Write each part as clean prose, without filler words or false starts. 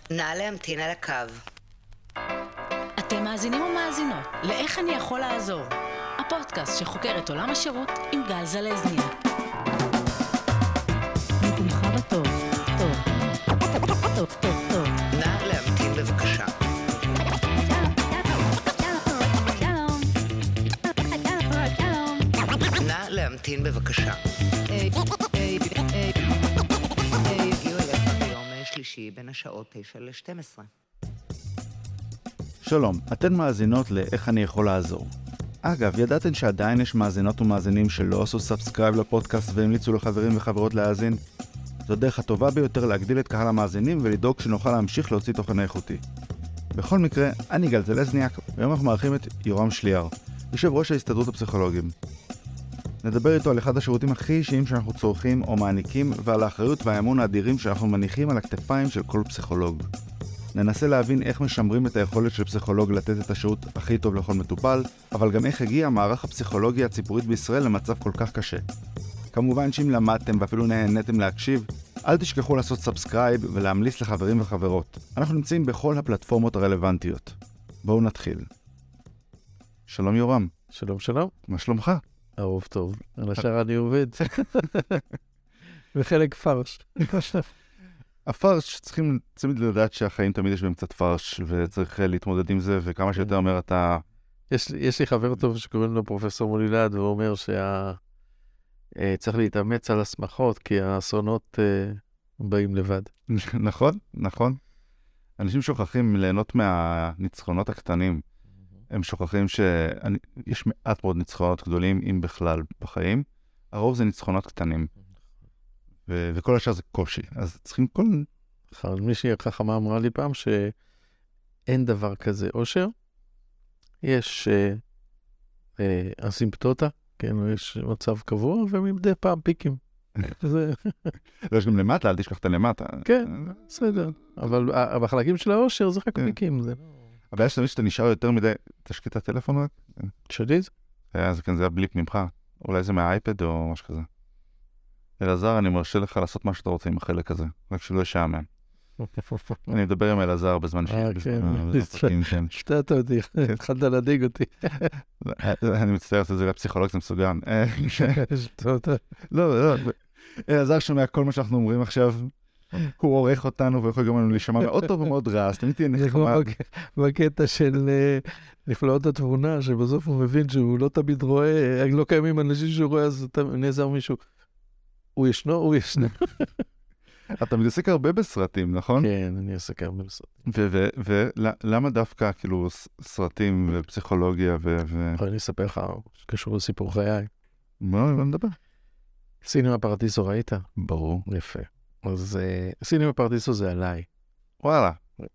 נא להמתין על הקו. אתם מאזינים ומאזינות לאיך אני יכול לעזור, הפודקאסט שחוקר את עולם השירות עם גל זלזניה. תמך בטוב, טוב, טוב, טוב, טוב. נא להמתין בבקשה. נא להמתין בבקשה. הגיעו אליך ביום שלישי בין השעות 9 ל-12. שלום, אתן מאזינות לאיך אני יכול לעזור. אגב, ידעתן שעדיין יש מאזינות ומאזינים שלא עשו סאבסקרייב לפודקאסט והמליצו לחברים וחברות להאזין? זו דרך הטובה ביותר להגדיל את קהל המאזינים ולדאוג שנוכל להמשיך להוציא תוכן איכותי. בכל מקרה, אני גל זלזניאק, והיום אנחנו מארחים את יורם שליאר, יושב ראש ההסתדרות הפסיכולוגים. נדבר איתו על אחד השירותים הכי אישיים שאנחנו צורכים או מעניקים, ועל האחריות והאמון האדירים שאנחנו מניחים על הכתפיים של כל פסיכולוג. ננסה להבין איך משמרים את היכולת של פסיכולוג לתת את השירות הכי טוב לכל מטופל, אבל גם איך הגיע מערך הפסיכולוגיה הציבורית בישראל למצב כל כך קשה. כמובן שאם למדתם ואפילו נהניתם להקשיב, אל תשכחו לעשות סאבסקרייב ולהמליץ לחברים וחברות. אנחנו נמצאים בכל הפלטפורמות הרלוונטיות. בואו נתחיל. שלום יורם. שלום שלום. מה שלומך? אהוב טוב. על השאר אני עובד. וחלק פרש. הפרש, צריכים תמיד לדעת שהחיים תמיד יש בהם קצת פרש, וצריך להתמודד עם זה, וכמה שיותר אומר אתה... יש לי חבר טוב שקוראים לו פרופסור מולילד, והוא אומר צריך להתאמץ על הסמכות, כי האסונות באים לבד. נכון, נכון. אנשים שוכחים ליהנות מהניצחונות הקטנים. הם שוכחים שיש מעט מאוד ניצחונות גדולים, אם בכלל, בחיים. הרוב זה ניצחונות קטנים. וכל השאר זה קושי. אז צריכים כל... מישהי חכמה אמרה לי פעם שאין דבר כזה אושר. יש אסימפטוטה, כן, יש מצב קבוע, ומדי פעם פיקים. יש גם למטה, אל תשכח את הלמטה. כן, בסדר. אבל בחלקים של האושר זה רק פיקים. הבעיה שתמיד שאתה נשאר יותר מדי... תשקיע את הטלפון רק? שדיד? זה כן, זה הבליפ ממך. אולי זה מהאייפד או משהו כזה. אלעזר, אני מרשה לך לעשות מה שאתה רוצה עם החלק הזה, רק שלא ישעמם. אני מדבר עם אלעזר בזמן כן. שתת אותי, התחלת להדאיג אותי. אני מצטער, זה פסיכולוג, זה מסוגן. לא, אלעזר שומע כל מה שאנחנו אומרים עכשיו, הוא עורך אותנו ויכול גם לנו להישמע מאוד טוב ומאוד רע, אז תמיד תהיה נחמה. בקטע של נפלאות התבונה, שבסוף הוא מבין שהוא לא תמיד רואה, לא קיימים אנשים שהוא רואה, אז נעזר מישהו. הוא ישנו. אתה מתעסק הרבה בסרטים, נכון? כן, אני עסק הרבה בסרטים. ולמה דווקא, כאילו, סרטים ופסיכולוגיה אני אספר לך, שקשור לסיפור חיי. בוא נדבר. סינמה פרדיסו ראית? ברור. יפה. אז סינמה פרדיסו זה עליי. וואלה.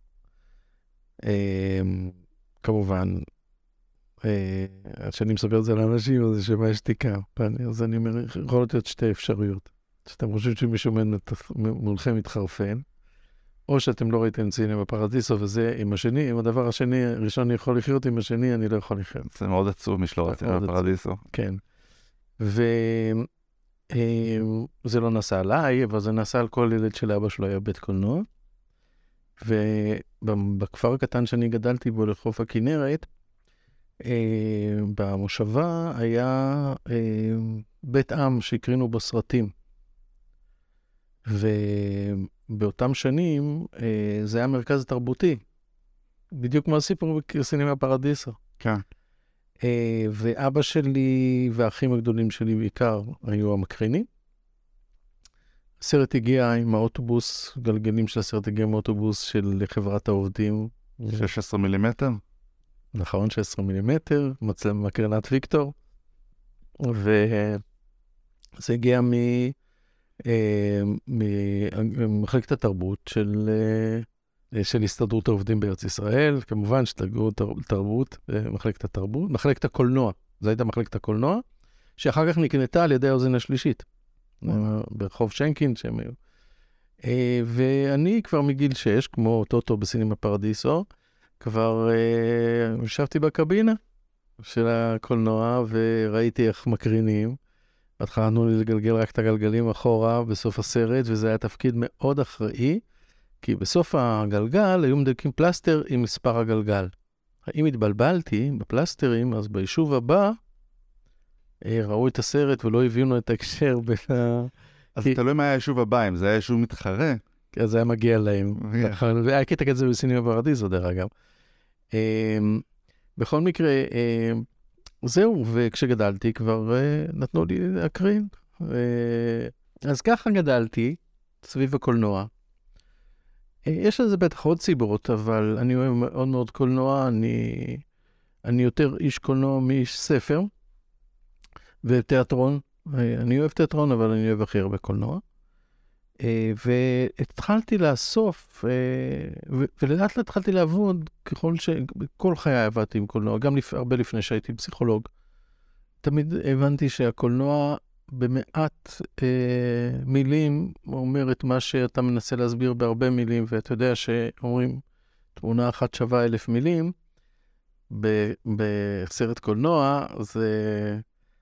כמובן, כשאני מספר את זה לאנשים, אז שמה שתיקה. אז אני אומר, יכול להיות שתי אפשרויות. שאתם חושבים שמישהו מולכם מתחרפן, או שאתם לא ראיתם סינמה פרדיסו, וזה עם השני, עם הדבר השני, הראשון אני יכול לחיות, עם השני אני לא יכול לחיות. זה מאוד עצוב מי שלא ראה סינמה פרדיסו. כן. זה לא נעשה עליי, אבל זה נעשה על כל ילד של אבא שלו היה בית קולנוע. ובכפר הקטן שאני גדלתי בו לחוף הכנרת, במושבה היה בית עם שהקרינו בו סרטים. ובאותם שנים זה היה מרכז תרבותי. בדיוק כמו הסיפור בסינמה פרדיסו. כן. ואבא שלי והאחים הגדולים שלי בעיקר היו המקרינים. הסרט הגיע עם האוטובוס, גלגלים של הסרט הגיע עם האוטובוס של חברת העובדים. 16 מילימטר? נכון, 16 מילימטר, מקרנת ויקטור. וזה הגיע ממחלקת התרבות של הסתדרות העובדים בארץ ישראל, כמובן שתגרו תרבות, מחלקת התרבות, מחלקת הקולנוע, זו הייתה מחלקת הקולנוע, שאחר כך נקנתה על ידי האוזן השלישית, ברחוב שנקין שהם היו. ואני כבר מגיל 6, כמו טוטו בסינמה פרדיסו, כבר ישבתי בקבינה של הקולנוע, וראיתי איך מקרינים, התחלנו לי לגלגל רק את הגלגלים אחורה בסוף הסרט, וזה היה תפקיד מאוד אחראי, כי בסוף הגלגל היו מדלקים פלסטר עם מספר הגלגל. אם התבלבלתי בפלסטרים, אז ביישוב הבא ראו את הסרט ולא הבינו את ההקשר בין אז תלוי מה היה היישוב הבא, אם זה היה יישוב מתחרה. אז זה היה מגיע להם. והיה קטע כזה בסינמה פרדיזו, דרך אגב. בכל מקרה, זהו, וכשגדלתי כבר נתנו לי להקרין. אז ככה גדלתי, סביב הקולנוע. יש לזה בטח עוד סיבות, אבל אני אוהב מאוד מאוד קולנוע, אני יותר איש קולנוע מאיש ספר, ותיאטרון. אני אוהב תיאטרון, אבל אני אוהב הכי הרבה קולנוע. והתחלתי לאסוף, ולאט לאט התחלתי לעבוד, כל חיי עבדתי עם קולנוע, גם הרבה לפני שהייתי פסיכולוג. תמיד הבנתי שהקולנוע במעט מילים אומר את מה שאתה מנסה להסביר בהרבה מילים, ואתה יודע שאומרים, תמונה אחת שווה 1,000 מילים, בסרט קולנוע זה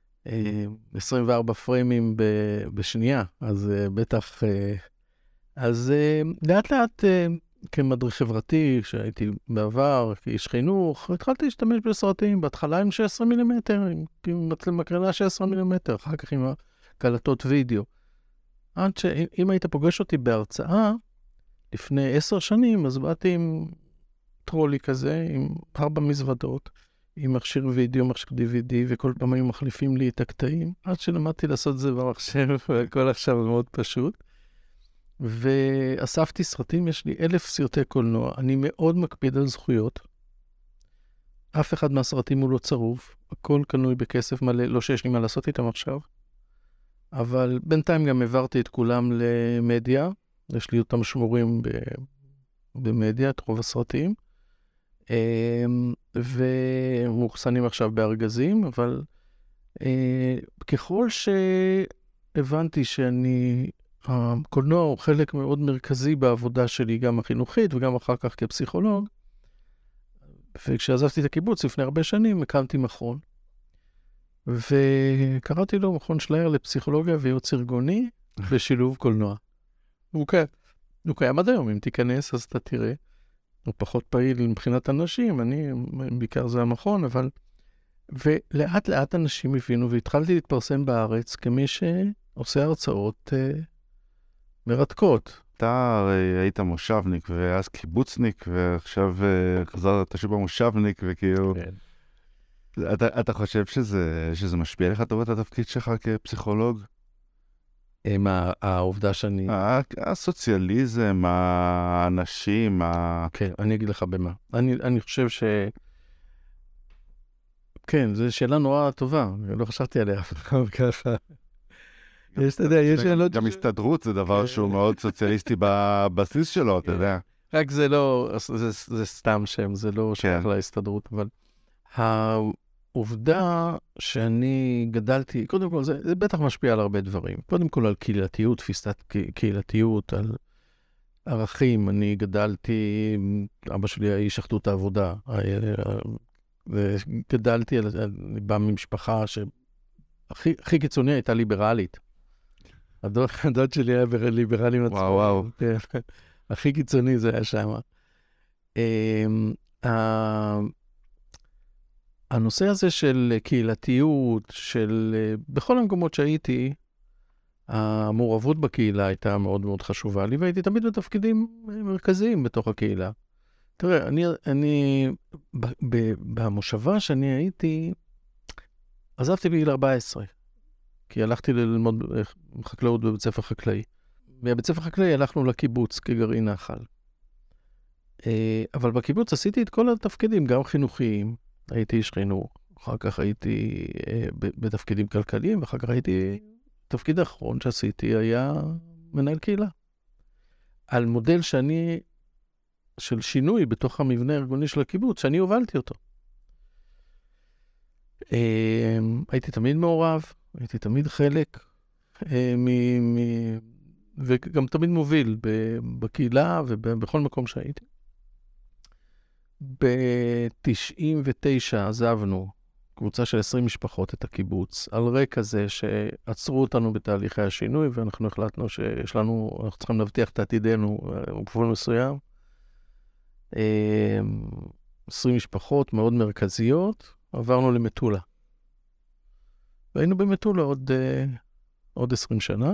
24 פריימים בשנייה, אז בטח, אז לאט לאט כמדריך חברתי, שהייתי בעבר, כאיש חינוך, התחלתי להשתמש בסרטים, בהתחלה עם 16 מילימטר, עם מקרנה 16 מילימטר, אחר כך עם קלטות וידאו. עד שאם היית פוגש אותי בהרצאה, לפני 10 שנים, אז באתי עם טרולי כזה, עם 4 מזוודות, עם מכשיר וידאו, מכשיר DVD, וכל פעם היו מחליפים לי את הקטעים, עד שלמדתי לעשות זה במחשב, והכל עכשיו מאוד פשוט. ואספתי סרטים, יש לי 1,000 סרטי קולנוע, אני מאוד מקפיד על זכויות. אף אחד מהסרטים הוא לא צרוף, הכל קנוי בכסף מלא, לא שיש לי מה לעשות איתם עכשיו. אבל בינתיים גם העברתי את כולם למדיה, יש לי אותם שמורים במדיה, את רוב הסרטים. ומוחסנים עכשיו בארגזים, אבל ככל שהבנתי הקולנוע הוא חלק מאוד מרכזי בעבודה שלי, גם החינוכית וגם אחר כך כפסיכולוג, וכשעזבתי את הקיבוץ לפני הרבה שנים, הקמתי מכון, וקראתי לו מכון שלייר לפסיכולוגיה וייעוץ ארגוני בשילוב קולנוע. הוא קיים עד היום, אם תיכנס אז אתה תראה. הוא פחות פעיל מבחינת אנשים, בעיקר זה המכון, אבל... ולאט לאט אנשים הבינו, והתחלתי להתפרסם בארץ כמי שעושה הרצאות מרתקות. אתה הרי היית מושבניק, ואז קיבוצניק, ועכשיו חזרת שוב במושבניק, וכאילו... כן. אתה חושב שזה משפיע לך טוב את התפקיד שלך כפסיכולוג? העובדה שאני... הסוציאליזם, האנשים, כן, אני אגיד לך במה. אני חושב כן, זו שאלה נורא טובה, לא חשבתי עליה ככה. גם הסתדרות זה דבר שהוא מאוד סוציאליסטי בבסיס שלו, אתה יודע. רק זה לא, זה סתם שם, זה לא שייך להסתדרות, אבל העובדה שאני גדלתי, קודם כל זה בטח משפיע על הרבה דברים. קודם כל על קהילתיות, תפיסת קהילתיות, על ערכים. אני גדלתי, אבא שלי היה איש אחדות העבודה, וגדלתי, אני בא ממשפחה שהכי קיצוני הייתה ליברלית. הדוד שלי היה ליברלי מצוין. וואו. הכי קיצוני זה היה שם. הנושא הזה של קהילתיות, בכל המקומות שהייתי, המעורבות בקהילה הייתה מאוד מאוד חשובה לי, והייתי תמיד בתפקידים מרכזיים בתוך הקהילה. תראה, אני במושבה שאני הייתי, עזבתי בגיל 14, כי הלכתי ללמוד חקלאות בבית ספר חקלאי. מהבית ספר חקלאי הלכנו לקיבוץ כגרעין נחל. אבל בקיבוץ עשיתי את כל התפקידים, גם חינוכיים, הייתי איש חינוך, אחר כך הייתי בתפקידים כלכליים, ואחר כך הייתי, תפקיד האחרון שעשיתי היה מנהל קהילה. על מודל של שינוי בתוך המבנה הארגוני של הקיבוץ, שאני הובלתי אותו. הייתי תמיד מעורב, הייתי תמיד חלק, וגם תמיד מוביל בקהילה ובכל מקום שהייתי. ב-99 עזבנו, קבוצה של 20 משפחות, את הקיבוץ, על רקע זה שעצרו אותנו בתהליכי השינוי, ואנחנו החלטנו אנחנו צריכים להבטיח את עתידנו בגבול מסוים. 20 משפחות מאוד מרכזיות, עברנו למטולה. והיינו במטולה עוד 20 שנה.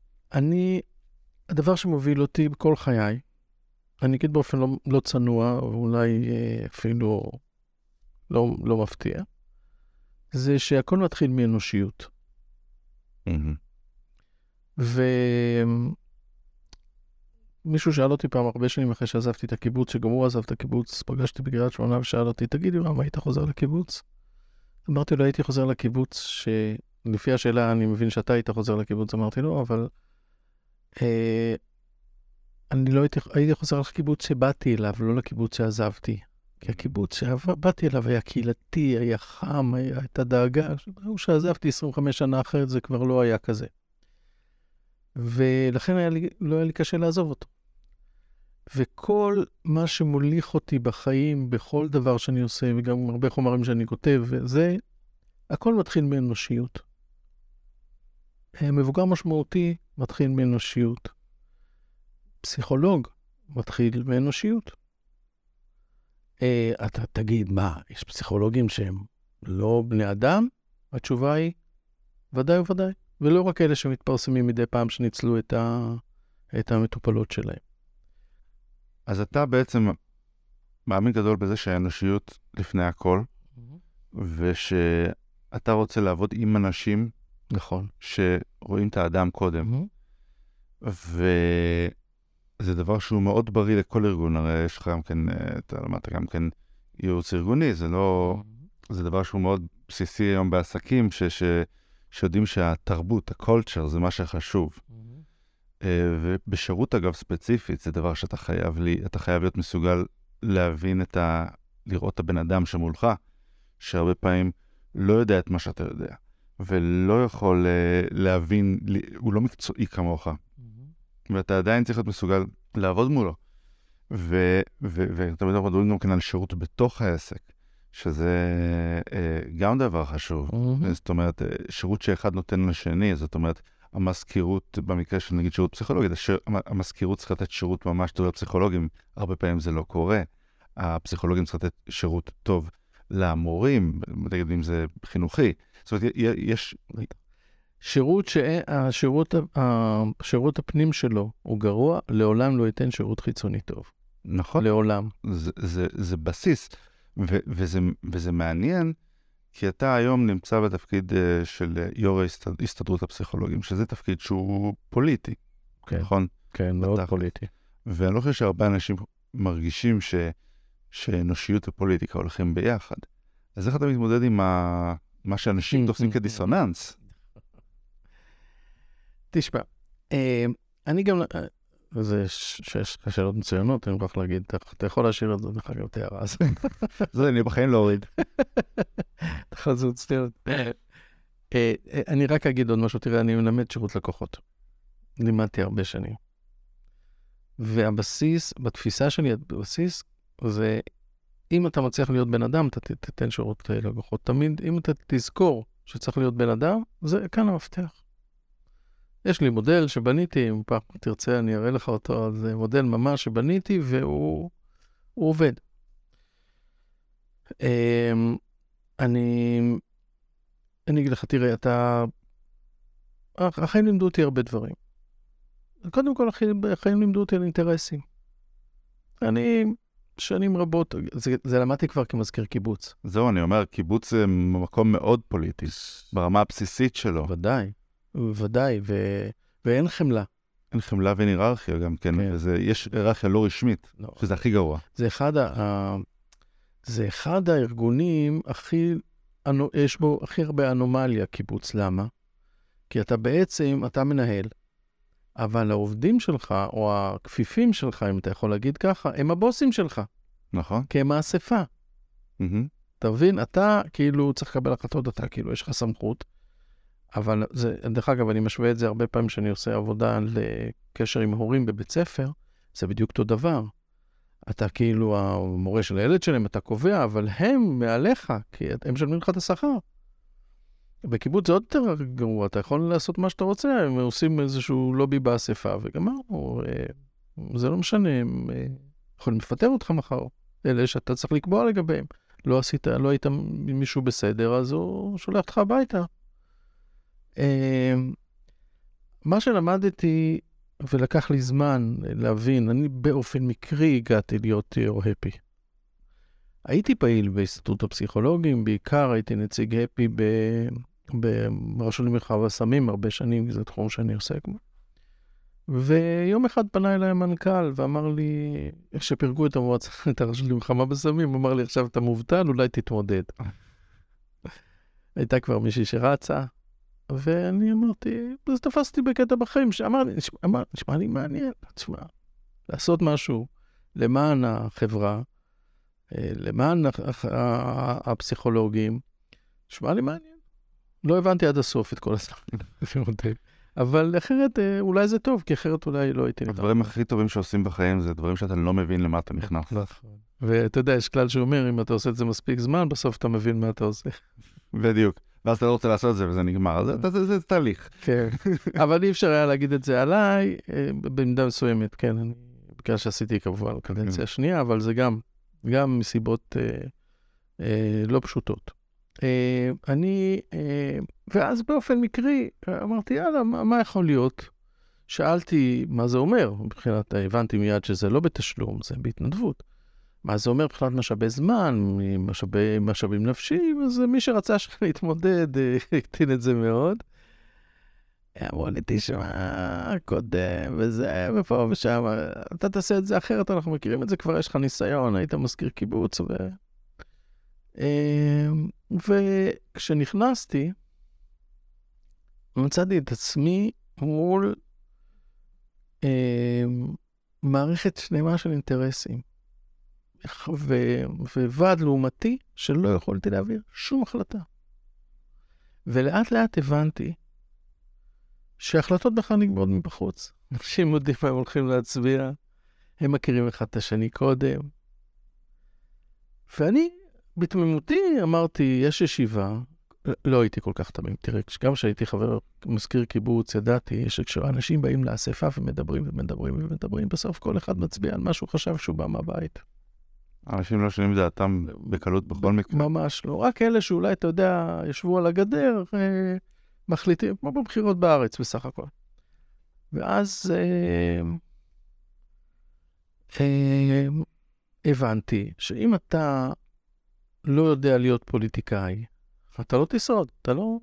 הדבר שמוביל אותי בכל חיי, אני אגיד באופן לא צנוע, ואולי אפילו לא מפתיע, זה שהכל מתחיל מאנושיות. ומישהו שאל אותי פעם הרבה שנים אחרי שעזבתי את הקיבוץ, שגם הוא עזב את הקיבוץ, פגשתי בקריית שמונה ושאל אותי, תגידי רם, היית חוזר לקיבוץ? אמרתי לו, הייתי חוזר לקיבוץ, שלפי השאלה אני מבין שאתה היית חוזר לקיבוץ, אמרתי לו, אבל אני לא הייתי חוזר לקיבוץ שבאתי אליו, לא לקיבוץ שעזבתי. כי הקיבוץ שבאתי אליו היה קהילתי, היה חם, הייתה דאגה. הוא שעזבתי 25 שנה אחרת, זה כבר לא היה כזה. ולכן לא היה לי קשה לעזוב אותו. וכל מה שמוליך אותי בחיים, בכל דבר שאני עושה, וגם הרבה חומרים שאני כותב, וזה, הכל מתחיל מאנושיות. מבוגר משמעותי מתחיל מאנושיות. פסיכולוג מתחיל מאנושיות. אתה תגיד, מה, יש פסיכולוגים שהם לא בני אדם? התשובה היא, ודאי וודאי. ולא רק אלה שמתפרסמים מדי פעם שניצלו את המטופלות שלהם. אז אתה בעצם מאמין גדול בזה שהאנושיות לפני הכל, ושאתה רוצה לעבוד עם אנשים, נכון. שרואים את האדם קודם. וזה דבר שהוא מאוד בריא לכל ארגון, הרי יש לך גם כן, אתה למדת גם כן ייעוץ ארגוני, זה דבר שהוא מאוד בסיסי היום בעסקים, שיודעים שהתרבות, הקולצ'ר, זה מה שחשוב. ובשירות אגב ספציפית, זה דבר שאתה חייב להיות מסוגל להבין לראות את הבן אדם שמולך, שהרבה פעמים לא יודע את מה שאתה יודע, ולא יכול להבין, הוא לא מקצועי כמוך. ואתה עדיין צריך להיות מסוגל לעבוד מולו. ואתה מדבר גם כן על שירות בתוך העסק, שזה גם דבר חשוב. זאת אומרת, שירות שאחד נותן לשני, זאת אומרת, המזכירות, במקרה של נגיד שירות פסיכולוגי, המזכירות צריכה לתת שירות ממש טוב לפסיכולוגים, הרבה פעמים זה לא קורה. הפסיכולוגים צריכה לתת שירות טוב למורים, נגיד אם זה חינוכי. זאת אומרת, יש... שירות הפנים שלו הוא גרוע, לעולם לא ייתן שירות חיצוני טוב. נכון. לעולם. זה בסיס, וזה מעניין, כי אתה היום נמצא בתפקיד של יו"ר הסתדרות הפסיכולוגים, שזה תפקיד שהוא פוליטי, כן, נכון? כן, מאוד פוליטי. ואני לא חושב שהרבה אנשים מרגישים שאנושיות ופוליטיקה הולכים ביחד. אז איך אתה מתמודד עם מה שאנשים תופסים כדיסוננס? תשמע, אני גם... זה שיש שאלות מצוינות, אני מוכרח להגיד, אתה יכול להשאיר את זה דרך אגב תיארה. זה אני בחיים לא אוריד. חזות סטיות. אני רק אגיד עוד משהו, תראה, אני מלמד שירות לקוחות. לימדתי הרבה שנים. והבסיס, בתפיסה שלי, הבסיס, זה אם אתה מצליח להיות בן אדם, אתה תתן שירות לקוחות. תמיד, אם אתה תזכור שצריך להיות בן אדם, זה כאן המפתח. יש לי מודל שבניתי, אם פעם תרצה אני אראה לך אותו, זה מודל ממש שבניתי והוא עובד. אני אגיד לך, תראה, החיים לימדו אותי הרבה דברים. קודם כל, החיים לימדו אותי על אינטרסים. אני שנים רבות, זה למדתי כבר כמזכיר קיבוץ. זהו, אני אומר, קיבוץ זה מקום מאוד פוליטי, ברמה הבסיסית שלו. ודאי, ואין חמלה. אין חמלה ואין היררכיה גם כן, יש היררכיה לא רשמית, שזה הכי גרוע. זה אחד הארגונים יש בו הכי הרבה אנומליה קיבוץ. למה? כי אתה מנהל, אבל העובדים שלך, או הכפיפים שלך, אם אתה יכול להגיד ככה, הם הבוסים שלך. נכון. כי הם האספה. אתה מבין? אתה כאילו צריך לקבל החלטות, אתה כאילו יש לך סמכות, אבל דרך אגב, אני משווה את זה הרבה פעמים שאני עושה עבודה לקשר עם הורים בבית ספר, זה בדיוק אותו דבר. אתה כאילו המורה של הילד שלהם, אתה קובע, אבל הם מעליך, כי הם משלמים לך את השכר. בקיבוץ זה עוד יותר גרוע, אתה יכול לעשות מה שאתה רוצה, הם עושים איזשהו לובי באספה, וגמרנו, זה לא משנה, הם יכולים לפטר אותך מחר, אלה שאתה צריך לקבוע לגביהם. לא היית מישהו בסדר, אז הוא שולח אותך הביתה. מה שלמדתי, ולקח לי זמן להבין, אני באופן מקרי הגעתי להיות הפי. הייתי פעיל בהסתדרות הפסיכולוגים, בעיקר הייתי נציג הפי ברשות למלחמה בסמים, הרבה שנים, זה תחום שאני עוסק בו. ויום אחד פנה אליי המנכ"ל ואמר לי, איך שפרגו את המועצה, את הרשות למלחמה בסמים, אמר לי, עכשיו אתה מובטל, אולי תתמודד. הייתה כבר מישהי שרצה, ואני אמרתי, אז תפסתי בקטע בחיים, שאמר לי, נשמע לי מעניין, תשמע, לעשות משהו למען החברה, למען הפסיכולוגים, נשמע לי מעניין. לא הבנתי עד הסוף את כל הסרטים, אבל אחרת אולי זה טוב, כי אחרת אולי לא הייתי נדע. הדברים הכי טובים שעושים בחיים זה דברים שאתה לא מבין למה אתה נכנס. ואתה יודע, יש כלל שאומר, אם אתה עושה את זה מספיק זמן, בסוף אתה מבין מה אתה עושה. בדיוק. ואז אתה לא רוצה לעשות את זה וזה נגמר. זה תהליך. כן. אבל אי אפשר היה להגיד את זה עליי, במידה מסוימת, כן. בגלל שעשיתי כמובן קדנציה השנייה, אבל זה גם מסיבות לא פשוטות. ואז באופן מקרי אמרתי, יאללה, מה יכול להיות? שאלתי מה זה אומר, מבחינת, הבנתי מיד שזה לא בתשלום, זה בהתנדבות. מה זה אומר מבחינת משאבי זמן, משאבים נפשיים, אז מי שרצה להתמודד, הקטין את זה מאוד. אמרו לי, תשמע, קודם, וזה, ופה ושם, אתה תעשה את זה אחרת, אנחנו מכירים את זה, כבר יש לך ניסיון, היית מזכיר קיבוץ, וכשנכנסתי, מצאתי את עצמי מול מערכת שלמה של אינטרסים, וועד לעומתי שלא יכולתי להעביר שום החלטה. ולאט לאט הבנתי שההחלטות בכלל נגמרות מבחוץ. אנשים יודעים מה הם הולכים להצביע, הם מכירים אחד את השני קודם. ואני בתמימותי אמרתי, יש ישיבה, לא הייתי כל כך תמים, תראה, גם כשהייתי חבר מזכיר קיבוץ, ידעתי שכשאנשים באים לאספה ומדברים, בסוף כל אחד מצביע על מה שהוא חשב שהוא בא מהבית. אנשים לא שונים דעתם בקלות בכל מקרה. ממש לא, רק אלה שאולי, אתה יודע, ישבו על הגדר, מחליטים, כמו בבחירות בארץ בסך הכל. ואז הבנתי שאם אתה לא יודע להיות פוליטיקאי, אתה לא תשרוד, אתה לא...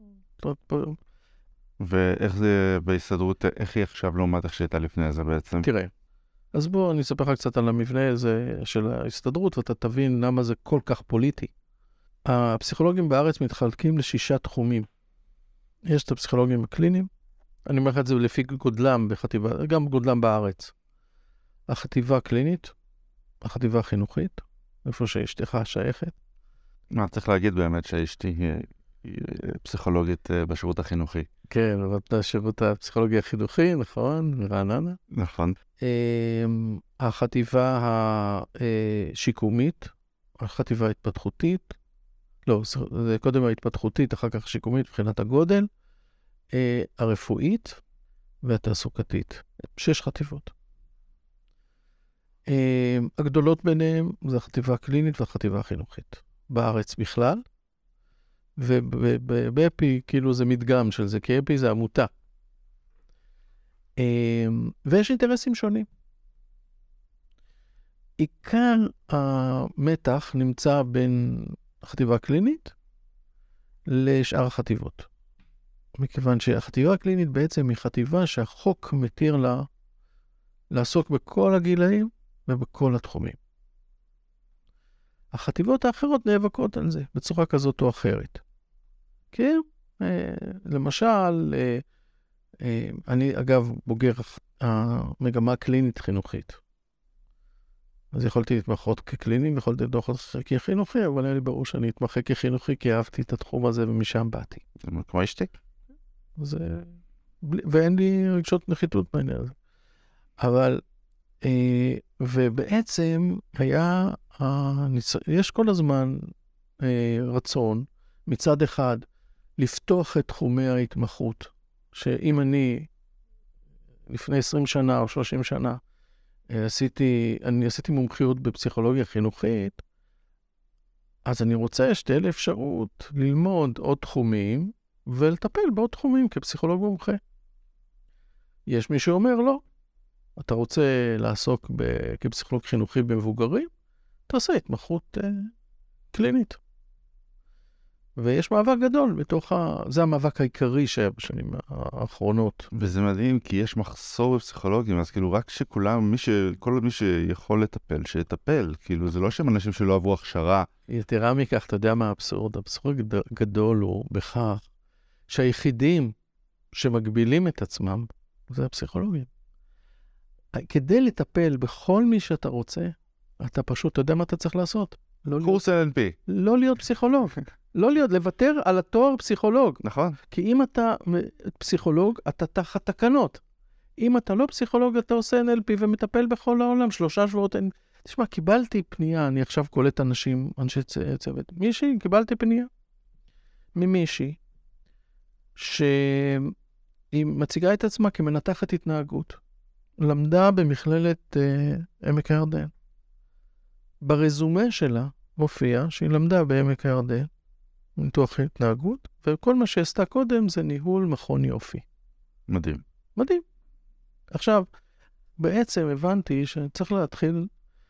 ואיך זה בהסתדרות, איך היא עכשיו לעומת איך שהייתה לפני זה בעצם? תראה, אז בוא אני אספר לך קצת על המבנה הזה של ההסתדרות, ואתה תבין למה זה כל כך פוליטי. הפסיכולוגים בארץ מתחלקים ל6 תחומים. יש את הפסיכולוגים הקליניים, אני אומר לך את זה לפי גודלם בחטיבה, גם גודלם בארץ. החטיבה הקלינית, החטיבה החינוכית, איפה שאשתך שייכת. מה, צריך להגיד באמת שאשתי היא פסיכולוגית בשירות החינוכי. כן, אבל בשירות הפסיכולוגי החינוכי, נכון, מרעננה. נכון. החטיבה השיקומית, החטיבה ההתפתחותית, לא, זה קודם ההתפתחותית, אחר כך השיקומית מבחינת הגודל, הרפואית והתעסוקתית. 6 חטיבות. הגדולות ביניהם זה החטיבה הקלינית והחטיבה החינוכית. בארץ בכלל, ובאפי כאילו זה מדגם של זה, כי אפי זה עמותה. ויש אינטרסים שונים. עיקר המתח נמצא בין החטיבה הקלינית לשאר החטיבות. מכיוון שהחטיבה הקלינית בעצם היא חטיבה שהחוק מתיר לה לעסוק בכל הגילאים ובכל התחומים. החטיבות האחרות נאבקות על זה בצורה כזאת או אחרת. כן, למשל, אני אגב בוגר המגמה הקלינית חינוכית. אז יכולתי להתמחות כקליני, ויכולתי להתמחות כחינוכי, אבל היה לי ברור שאני אתמחה כחינוכי, כי אהבתי את התחום הזה ומשם באתי. זה כמו אשתי? ואין לי רגשות נחיתות בעניין הזה. אבל ובעצם יש כל הזמן רצון, מצד אחד, לפתוח את תחומי ההתמחות, שאם אני לפני 20 שנה או 30 שנה, אני עשיתי מומחיות בפסיכולוגיה חינוכית, אז אני רוצה שתהיה לי אפשרות ללמוד עוד תחומים, ולטפל בעוד תחומים כפסיכולוג מומחה. יש מי שאומר לא. אתה רוצה לעסוק כפסיכולוג חינוכי במבוגרים? תעשה התמחות קלינית. ויש מאבק גדול זה המאבק העיקרי שהיה בשנים האחרונות. וזה מדהים, כי יש מחסור בפסיכולוגים, אז כאילו רק כל מי שיכול לטפל, שיטפל. כאילו זה לא שהם אנשים שלא עברו הכשרה. יתרה מכך, אתה יודע מה האבסורד? האבסורד גדול הוא בכך שהיחידים שמגבילים את עצמם, זה הפסיכולוגים. כדי לטפל בכל מי שאתה רוצה, אתה פשוט, אתה יודע מה אתה צריך לעשות? קורס LNP. לא להיות פסיכולוג. לוותר על התואר פסיכולוג. נכון. כי אם אתה פסיכולוג, אתה תחת תקנות. אם אתה לא פסיכולוג, אתה עושה NLP ומטפל בכל העולם, 3 שבועות. תשמע, קיבלתי פנייה, אני עכשיו קולט אנשים, אנשי צוות. קיבלתי פנייה ממישהי, שהיא מציגה את עצמה כמנתחת התנהגות. למדה במכללת עמק הירדן. ברזומה שלה מופיע שהיא למדה בעמק הירדן, ניתוח התנהגות, וכל מה שעשתה קודם זה ניהול מכון יופי. מדהים. מדהים. עכשיו, בעצם הבנתי שצריך להתחיל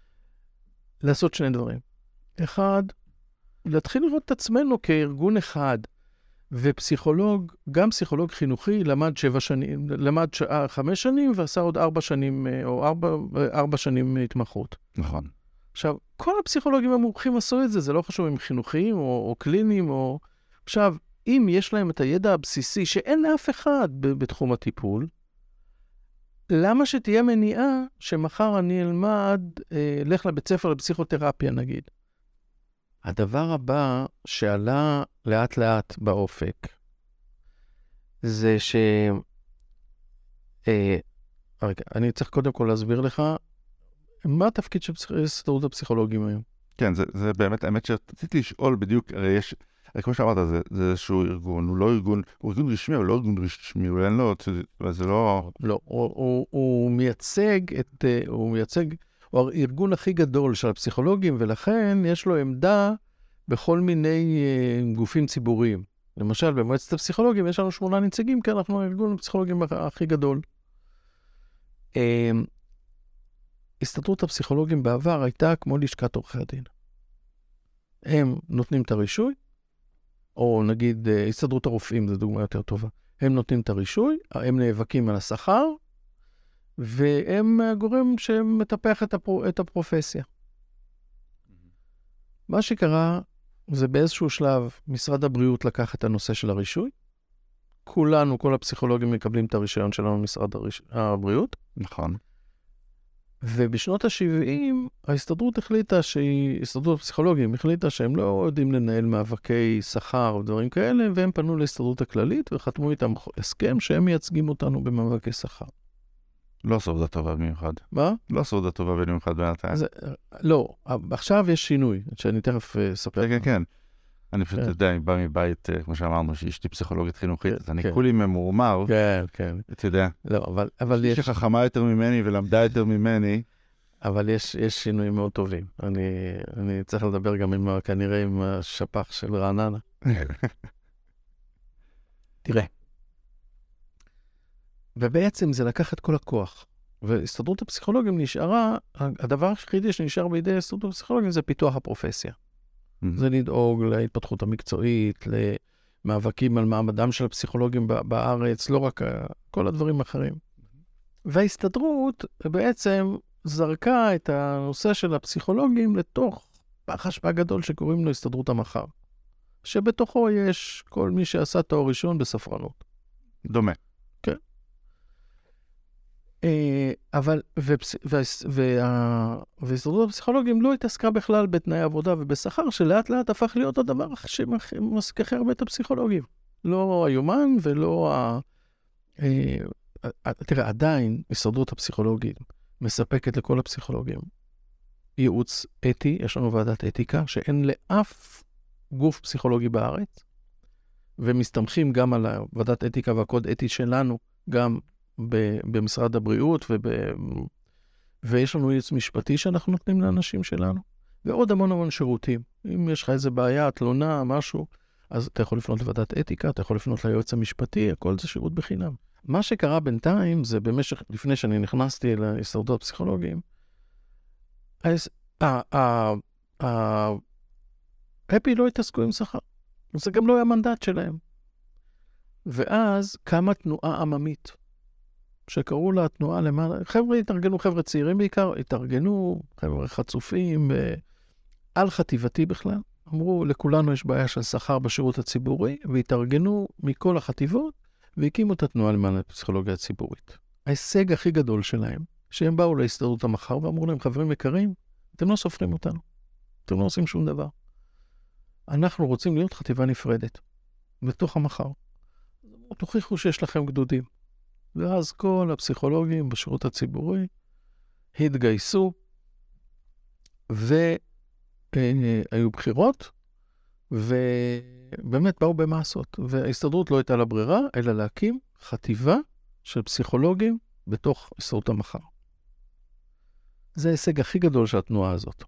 לעשות 2 דברים. אחד, להתחיל לראות את עצמנו כארגון אחד, ופסיכולוג, גם פסיכולוג חינוכי, למד 5 שנים, ועשה עוד 4 שנים, או 4 שנים התמחות. נכון. עכשיו, כל הפסיכולוגים המומחים עשו את זה, זה לא חשוב אם חינוכיים או קליניים, עכשיו, אם יש להם את הידע הבסיסי, שאין לאף אחד בתחום הטיפול, למה שתהיה מניעה שמחר אני אלמד, לך לבית ספר לפסיכותרפיה נגיד? הדבר הבא שעלה לאט לאט באופק, זה אני צריך קודם כל להסביר לך, מה התפקיד של הסתדרות הפסיכולוגים היום? כן, זה באמת האמת שרציתי לשאול בדיוק, הרי כמו שאמרת, זה איזשהו ארגון, הוא ארגון רשמי, אבל לא ארגון רשמי, אולי אין לו, זה לא... לא, הוא מייצג הוא הארגון הכי גדול של הפסיכולוגים, ולכן יש לו עמדה בכל מיני גופים ציבוריים. למשל, במועצת הפסיכולוגים יש לנו 8 נציגים, כי אנחנו הארגון הפסיכולוגים הכי גדול. הסתדרות הפסיכולוגים בעבר הייתה כמו לשכת עורכי הדין. הם נותנים את הרישוי, או נגיד הסתדרות הרופאים, זו דוגמה יותר טובה. הם נותנים את הרישוי, הם נאבקים על השכר, והם הגורם שמטפח את הפרופסיה. מה שקרה, זה באיזשהו שלב, משרד הבריאות לקח את הנושא של הרישוי. כולנו, כל הפסיכולוגים מקבלים את הרישיון שלנו במשרד הבריאות. נכון. ובשנות ה-70, ההסתדרות הסתדרות הפסיכולוגים החליטה שהם לא יודעים לנהל מאבקי שכר ודברים כאלה, והם פנו להסתדרות הכללית וחתמו איתם הסכם שהם מייצגים אותנו במאבקי שכר. לא עשו עבודה טובה במיוחד. מה? לא עשו עבודה טובה במיוחד בינתיים. לא, עכשיו יש שינוי, שאני תכף אספר. כן, כן. אני פשוט יודע, אני בא מבית, כמו שאמרנו, שאשתי פסיכולוגית חינוכית, אז אני כולי ממורמר. כן, כן. אתה יודע. לא, אבל יש... שחכמה יותר ממני ולמדה יותר ממני. אבל יש שינויים מאוד טובים. אני צריך לדבר גם כנראה עם השפ"ח של רעננה. תראה. ובעצם זה לקח את כל הכוח. והסתדרות הפסיכולוגים נשארה, הדבר היחידי שנשאר בידי הסתדרות הפסיכולוגים זה פיתוח הפרופסיה. זה לדאוג להתפתחות המקצועית, למאבקים על מעמדם של הפסיכולוגים בארץ, לא רק כל הדברים האחרים. וההסתדרות בעצם זרקה את הנושא של הפסיכולוגים לתוך פח אשפה גדול שקוראים לו הסתדרות המחר, שבתוכו יש כל מי שעשה תואר ראשון בספרנות. דומה. כן. אבל, והסתדרות הפסיכולוגים לא התעסקה בכלל בתנאי עבודה ובשכר, שלאט לאט הפך להיות הדבר שמסכחר הרבה את הפסיכולוגים. לא היומן ולא תראה, עדיין הסתדרות הפסיכולוגים מספקת לכל הפסיכולוגים ייעוץ אתי, יש לנו ועדת אתיקה, שאין לאף גוף פסיכולוגי בארץ, ומסתמכים גם על ועדת אתיקה והקוד אתי שלנו, גם במשרד הבריאות, ויש לנו ייעוץ משפטי שאנחנו נותנים לאנשים שלנו, ועוד המון שירותים. אם יש לך איזה בעיה, תלונה, משהו, אז אתה יכול לפנות לוועדת אתיקה, אתה יכול לפנות ליועץ המשפטי, הכל זה שירות בחינם. מה שקרה בינתיים זה לפני שאני נכנסתי להסתדרות הפסיכולוגים, אפי לא התעסקו עם שכר. זה גם לא היה מנדט שלהם. ואז קמה תנועה עממית, שקראו לה התנועה למעלה, חבר'ה התארגנו, חבר'ה צעירים בעיקר, התארגנו, חבר'ה חצופים, על חטיבתי בכלל. אמרו, לכולנו יש בעיה של שכר בשירות הציבורי, והתארגנו מכל החטיבות, והקימו את התנועה למען הפסיכולוגיה הציבורית. ההישג הכי גדול שלהם, שהם באו להסתדרות המחר, ואמרו להם, חברים יקרים, אתם לא סופרים אותנו, אתם לא עושים שום דבר. אנחנו רוצים להיות חטיבה נפרדת, בתוך המחר. תוכיחו שיש לכם גדודים. ואז כל הפסיכולוגים בשירות הציבורי התגייסו, והיו בחירות, ובאמת באו במעשות. וההסתדרות לא הייתה לה ברירה, אלא להקים חטיבה של פסיכולוגים בתוך הסתדרות המחר. זה ההישג הכי גדול של התנועה הזאת.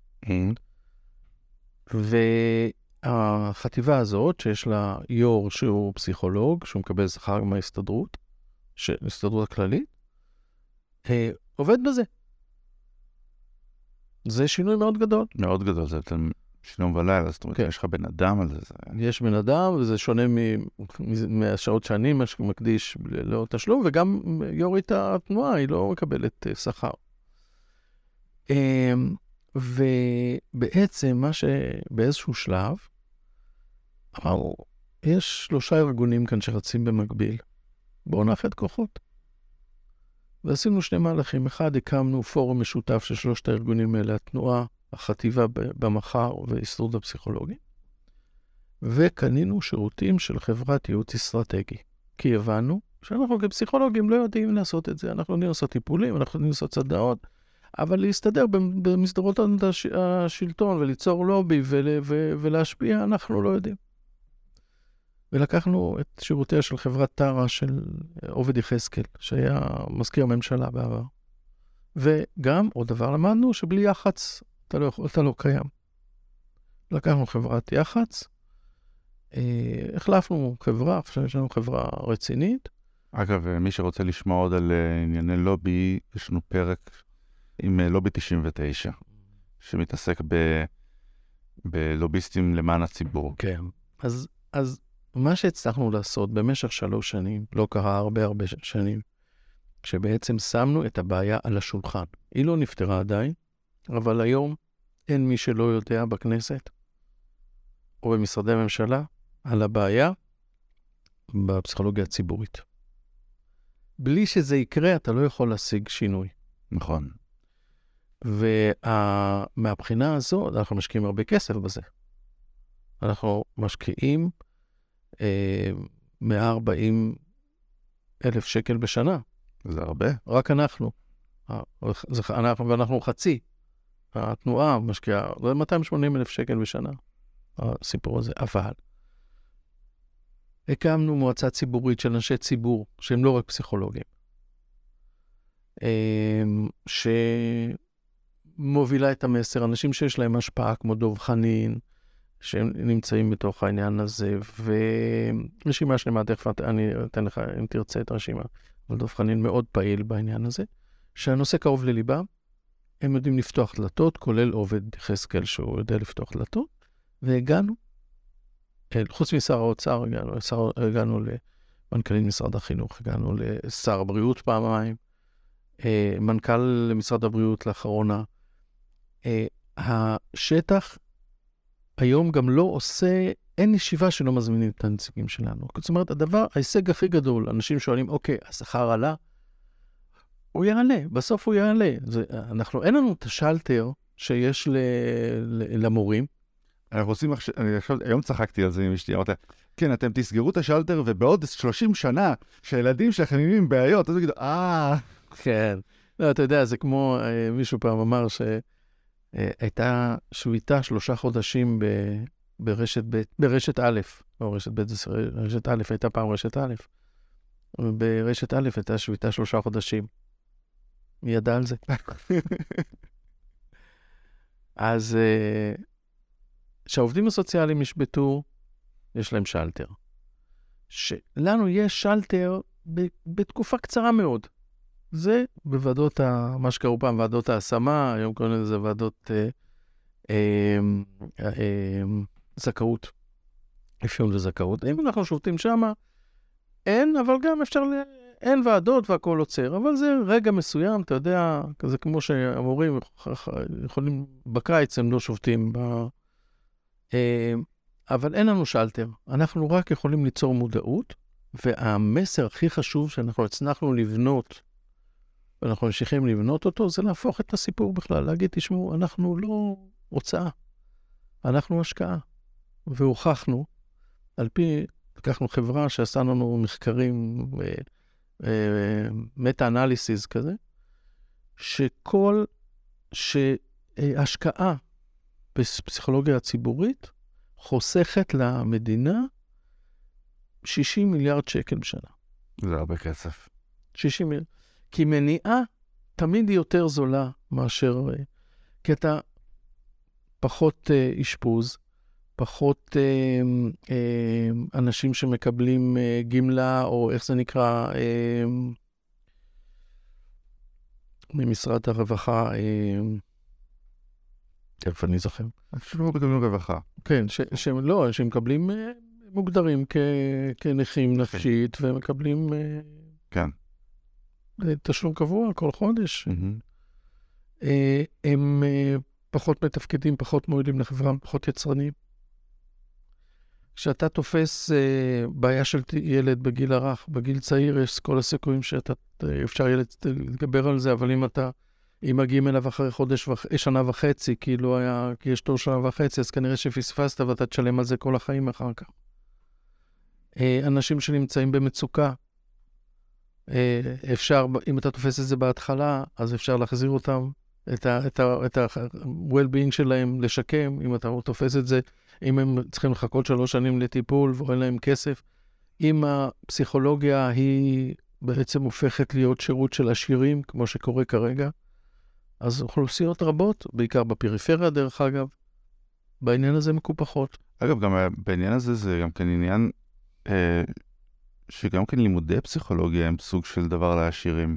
והחטיבה הזאת, שיש לה יור שהוא פסיכולוג, שהוא מקבל שכר מההסתדרות, ההסתדרות הכללית, עובד בזה. זה שינוי מאוד גדול. מאוד גדול, זה שינוי בלילה, זאת אומרת, יש לך בן אדם על זה. יש בן אדם, וזה שונה מהשעות שאני מקדיש ללא תשלום, וגם יורית התנועה, היא לא מקבלת שכר. ובעצם מה שבאיזשהו שלב, אמרו, יש 3 ארגונים כאן שרצים במקביל, בואו נאחד כוחות. ועשינו 2 מהלכים. אחד, הקמנו פורום משותף של 3 הארגונים האלה, התנועה, החטיבה במחר והסתדרות הפסיכולוגים, וקנינו שירותים של חברת ייעוץ אסטרטגי, כי הבנו שאנחנו כפסיכולוגים לא יודעים לעשות את זה, אנחנו יודעים לעשות טיפולים, אנחנו יודעים לעשות סדנאות, אבל להסתדר במסדרות השלטון וליצור לובי ולהשפיע, אנחנו לא יודעים. ולקחנו את שירותיה של חברת טרה של עובד יחזקאל, שהיה מזכיר הממשלה בעבר. וגם, עוד דבר למדנו, שבלי יח"צ אתה לא קיים. לקחנו חברת יח"צ, החלפנו חברה, עכשיו יש לנו חברה רצינית. אגב, מי שרוצה לשמוע עוד על ענייני לובי, יש לנו פרק עם לובי 99, שמתעסק בלוביסטים למען הציבור. כן. אז מה שהצלחנו לעשות במשך 3 שנים, לא קרה הרבה שנים, כשבעצם שמנו את הבעיה על השולחן. היא לא נפתרה עדיין, אבל היום אין מי שלא יודע בכנסת או במשרדי ממשלה על הבעיה בפסיכולוגיה הציבורית. בלי שזה יקרה, אתה לא יכול להשיג שינוי. נכון. ומהבחינה הזו, אנחנו משקיעים הרבה כסף בזה. אנחנו משקיעים 140,000 שקל בשנה. זה הרבה. רק אנחנו. ואנחנו חצי. התנועה משקיעה, זה 280,000 שקל בשנה. הסיפור הזה. אבל הקמנו מועצה ציבורית של אנשי ציבור, שהם לא רק פסיכולוגים. שמובילה את המסר, אנשים שיש להם השפעה כמו דוב חנין, שהם נמצאים בתוך העניין הזה, ורשימה שלמה, תכף אני אתן לך, אם תרצה את הרשימה, אבל דוב חנין מאוד פעיל בעניין הזה, שהנושא קרוב לליבם, הם יודעים לפתוח דלתות, כולל עובד יחזקאל שהוא יודע לפתוח דלתות, והגענו, חוץ משר האוצר, הגענו למנכ"לית משרד החינוך, הגענו לשר הבריאות פעמיים, מנכ"ל למשרד הבריאות לאחרונה. השטח היום גם לא עושה, אין ישיבה שלא מזמינים את הנציגים שלנו. זאת אומרת, ההישג הכי גדול, אנשים שואלים, אוקיי, השכר עלה, הוא יעלה, בסוף הוא יעלה. אין לנו את השלטר שיש למורים. אנחנו עושים, היום צחקתי על זה עם אשתי, אמרת, כן, אתם תסגרו את השלטר, ובעוד 30 שנה, שהילדים שלכם עם בעיות, אז תגידו, כן. לא, אתה יודע, זה כמו מישהו פעם אמר שהייתה שביתה 3 חודשים ברשת א', או רשת ב', רשת א', הייתה פעם רשת א', ברשת א' הייתה שביתה 3 חודשים. מי ידע על זה? אז שהעובדים הסוציאליים ישבטו, יש להם שלטר. שלנו יש שלטר בתקופה קצרה מאוד. זה בוועדות, מה שקראו פעם, ועדות ההשמה, היום קוראים לזה ועדות זכאות, אפיון וזכאות. אם אנחנו שובתים שמה, אין, אבל גם אפשר, אין ועדות והכל עוצר, אבל זה רגע מסוים, אתה יודע, כזה כמו שהמורים יכולים, בקיץ הם לא שובתים, אבל אין לנו שלטר. אנחנו רק יכולים ליצור מודעות, והמסר הכי חשוב שאנחנו הצלחנו לבנות, ואנחנו ממשיכים לבנות אותו, זה להפוך את הסיפור בכלל, להגיד, תשמעו, אנחנו לא הוצאה, אנחנו השקעה. והוכחנו, על פי, לקחנו חברה שעשה לנו מחקרים, מטה-אנליסיס כזה, שהשקעה בפסיכולוגיה הציבורית חוסכת למדינה 60 מיליארד שקל בשנה. זה הרבה כסף. 60 מיליארד. כי מניעה תמיד היא יותר זולה מאשר, כי אתה פחות אשפוז, פחות אנשים שמקבלים גמלה, או איך זה נקרא, ממשרד הרווחה, איפה אני זוכר? אפילו לא מקבלים רווחה. כן, לא, שמקבלים מוגדרים כנכים נפשית, ומקבלים כן. תשלום קבוע כל חודש. הם פחות מתפקדים, פחות מועילים לחברה, פחות יצרנים. כשאתה תופס בעיה של ילד בגיל הרך, בגיל צעיר, יש כל הסיכויים שאפשר ילד להתגבר על זה, אבל אם מגיעים אליו אחרי שנה וחצי, כאילו כי יש תור שנה וחצי, אז כנראה שפספסת ואתה תשלם על זה כל החיים אחר כך. אנשים שנמצאים במצוקה, אפשר, אם אתה תופס את זה בהתחלה, אז אפשר להחזיר אותם, את ה-well-being שלהם לשקם, אם אתה תופס את זה, אם הם צריכים לחכות 3 שנים לטיפול ואין להם כסף. אם הפסיכולוגיה היא בעצם הופכת להיות שירות של עשירים, כמו שקורה כרגע, אז אוכלוסיות רבות, בעיקר בפריפריה דרך אגב, בעניין הזה מקופחות. אגב, גם בעניין הזה זה גם כן עניין שגם כן לימודי פסיכולוגיה הם סוג של דבר לעשירים.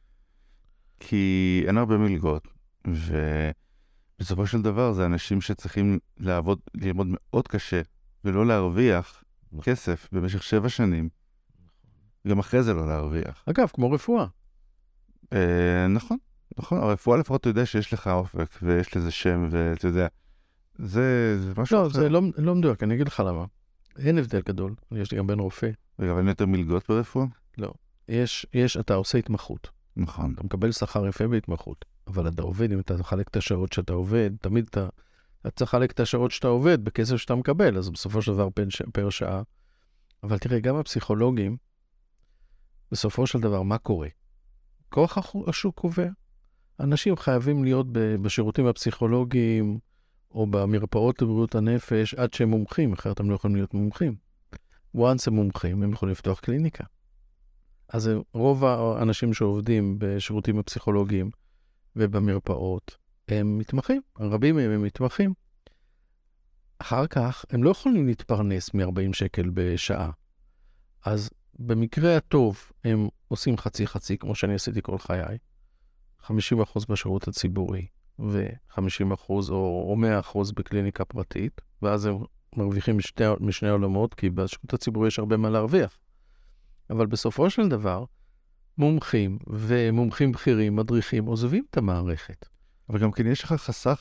כי אין הרבה מלגות, ובסופו של דבר זה אנשים שצריכים ללמוד מאוד קשה, ולא להרוויח כסף במשך 7 שנים. גם אחרי זה לא להרוויח. אגב, כמו רפואה. נכון, נכון. הרפואה לפחות אתה יודע שיש לך אופק, ויש לזה שם, ואתה יודע, זה משהו לא, אחר. זה לא מדויק, אני אגיד לך למה. אין הבדל גדול, יש לי גם בן רופא. וגם אין יותר מלגות ברפואה? לא. אתה עושה התמחות. נכון. אתה מקבל שכר יפה בהתמחות, אבל אתה עובד, אם אתה תחלק את השעות שאתה עובד, תמיד אתה צריך לחלק את השעות שאתה עובד בכסף שאתה מקבל, אז בסופו של דבר פר שעה. אבל תראה, גם הפסיכולוגים, בסופו של דבר, מה קורה? כוח השוק קובע. אנשים חייבים להיות בשירותים הפסיכולוגיים, או במרפאות לבריאות הנפש, עד שהם מומחים, אחרת הם לא יכולים להיות מומחים. once הם מומחים, הם יכולים לפתוח קליניקה. אז רוב האנשים שעובדים בשירותים הפסיכולוגיים ובמרפאות, הם מתמחים, רבים מהם הם מתמחים. אחר כך, הם לא יכולים להתפרנס מ-40 שקל בשעה. אז במקרה הטוב, הם עושים חצי-חצי, כמו שאני עשיתי כל חיי, 50% בשירות הציבורי, ו-50% או 100% בקליניקה פרטית, ואז הם מרוויחים משני עולמות, כי בשירות הציבורי יש הרבה מה להרוויח. אבל בסופו של דבר, מומחים ומומחים בכירים, מדריכים, עוזבים את המערכת. אבל גם כן יש לך חסך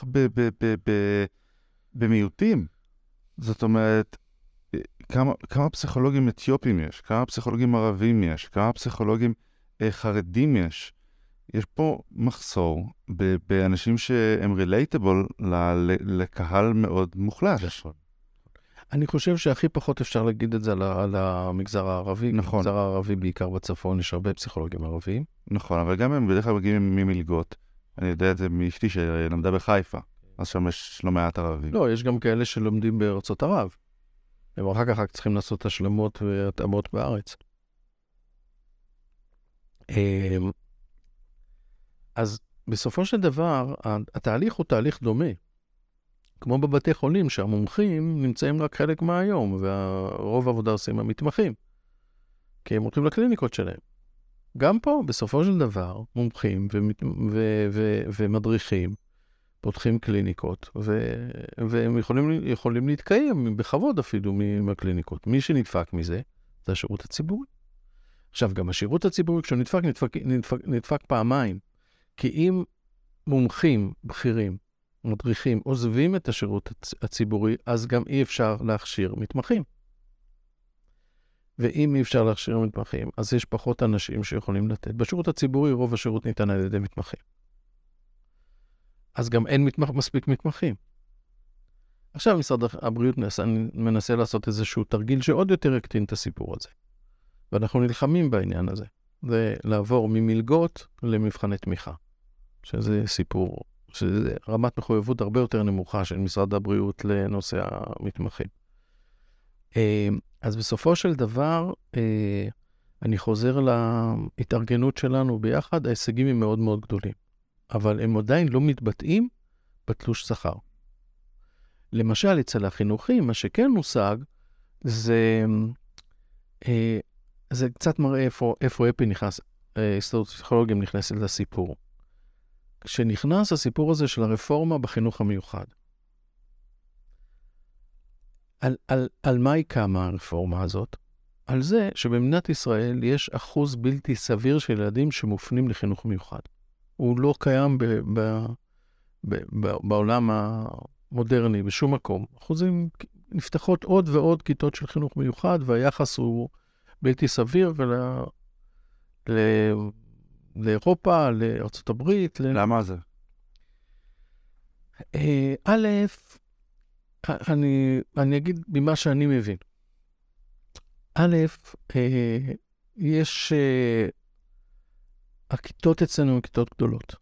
במיעוטים. זאת אומרת, כמה פסיכולוגים אתיופים יש, כמה פסיכולוגים ערבים יש, כמה פסיכולוגים חרדים יש. יש פה מחסור באנשים שהם relatable לקהל מאוד מוחלש. אני חושב שהכי פחות אפשר להגיד את זה על המגזר הערבי. נכון. במגזר הערבי, בעיקר בצפון, יש הרבה פסיכולוגים ערביים. נכון, אבל גם הם בדרך כלל מגיעים ממלגות. אני יודע את זה מאשתי שלמדה בחיפה, אז שם יש לא מעט ערבים. לא, יש גם כאלה שלומדים בארצות ערב. הם אחר כך רק צריכים לעשות השלמות והתאמות בארץ. אז בסופו של דבר, התהליך הוא תהליך דומה. כמו בבתי חולים, שהמומחים נמצאים רק חלק מהיום, והרוב העבודה עושים המתמחים. כי הם הולכים לקליניקות שלהם. גם פה, בסופו של דבר, מומחים ומדריכים, פותחים קליניקות, והם יכולים להתקיים בכבוד אפילו מהקליניקות. מי שנדפק מזה, זה השירות הציבורי. עכשיו, גם השירות הציבורי, כשהוא נדפק פעמיים, כי אם מומחים בכירים, מדריכים, עוזבים את השירות הציבורי, אז גם אי אפשר להכשיר מתמחים. ואם אי אפשר להכשיר מתמחים, אז יש פחות אנשים שיכולים לתת. בשירות הציבורי רוב השירות ניתן על ידי מתמחים. אז גם אין מספיק מתמחים. עכשיו משרד הבריאות מנסה לעשות איזשהו תרגיל שעוד יותר יקטין את הסיפור הזה. ואנחנו נלחמים בעניין הזה. זה לעבור ממלגות למבחני תמיכה. שזה סיפור, שזה רמת מחויבות הרבה יותר נמוכה של משרד הבריאות לנושא המתמחים. אז בסופו של דבר, אני חוזר להתארגנות שלנו ביחד, ההישגים הם מאוד מאוד גדולים. אבל הם עדיין לא מתבטאים בתלוש שכר. למשל, אצל החינוכים, מה שכן מושג, זה קצת מראה איפה אפי נכנס, הסתדרות פסיכולוגים נכנסת לסיפור. כשנכנס הסיפור הזה של הרפורמה בחינוך המיוחד. על מה היא קמה הרפורמה הזאת? על זה שבמדינת ישראל יש אחוז בלתי סביר של ילדים שמופנים לחינוך מיוחד. הוא לא קיים בעולם המודרני, בשום מקום. אחוזים נפתחות עוד ועוד כיתות של חינוך מיוחד, והיחס הוא בלתי סביר, לאירופה, לארצות הברית. למה זה? א', אני אגיד ממה שאני מבין. א', יש... הכיתות אצלנו הן כיתות גדולות.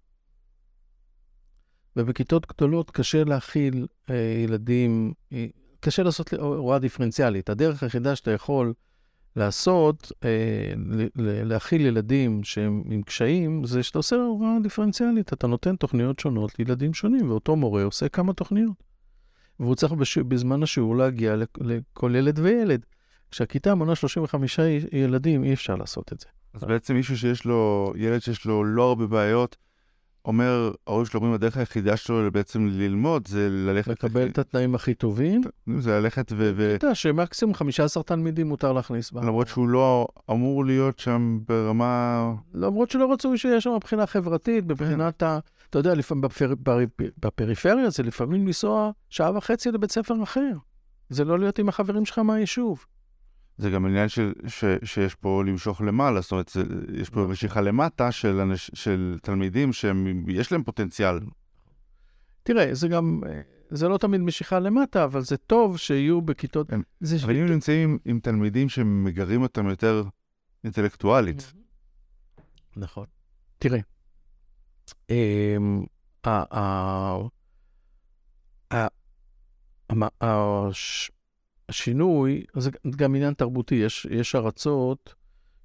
ובכיתות גדולות קשה להכיל ילדים, קשה לעשות הוראה דיפרנציאלית. הדרך היחידה שאתה יכול לעשות, להכיל ילדים שהם עם קשיים, זה שאתה עושה הוראה דיפרנציאלית. אתה נותן תוכניות שונות לילדים שונים, ואותו מורה עושה כמה תוכניות. והוא צריך בזמן השיעור להגיע לכל ילד וילד. כשהכיתה מונה 35 ילדים, אי אפשר לעשות את זה. אז בעצם מישהו שיש לו, ילד שיש לו לא הרבה בעיות, אומר, ההורים שלו אומרים, הדרך היחידה שלו בעצם ללמוד, זה ללכת... לקבל את התנאים הכי טובים. זה ללכת אתה יודע שמקסימום 15 תלמידים מותר להכניס בה. למרות שהוא לא אמור להיות שם ברמה... למרות שלא רצוי שיש שם מבחינה חברתית, מבחינת ה... אתה יודע, בפריפריה זה לפעמים לנסוע 1.5 שעה לבית ספר אחר. זה לא להיות עם החברים שלך מהיישוב. זה גם עניין שיש פה למשוך למעלה, זאת אומרת, יש פה משיכה למטה של תלמידים שיש להם פוטנציאל. תראה, זה לא תמיד משיכה למטה, אבל זה טוב שיהיו בכיתות... אבל אם נמצאים עם תלמידים שמגרים אותם יותר אינטלקטואלית. נכון. תראה, השינוי, זה גם עניין תרבותי, יש ארצות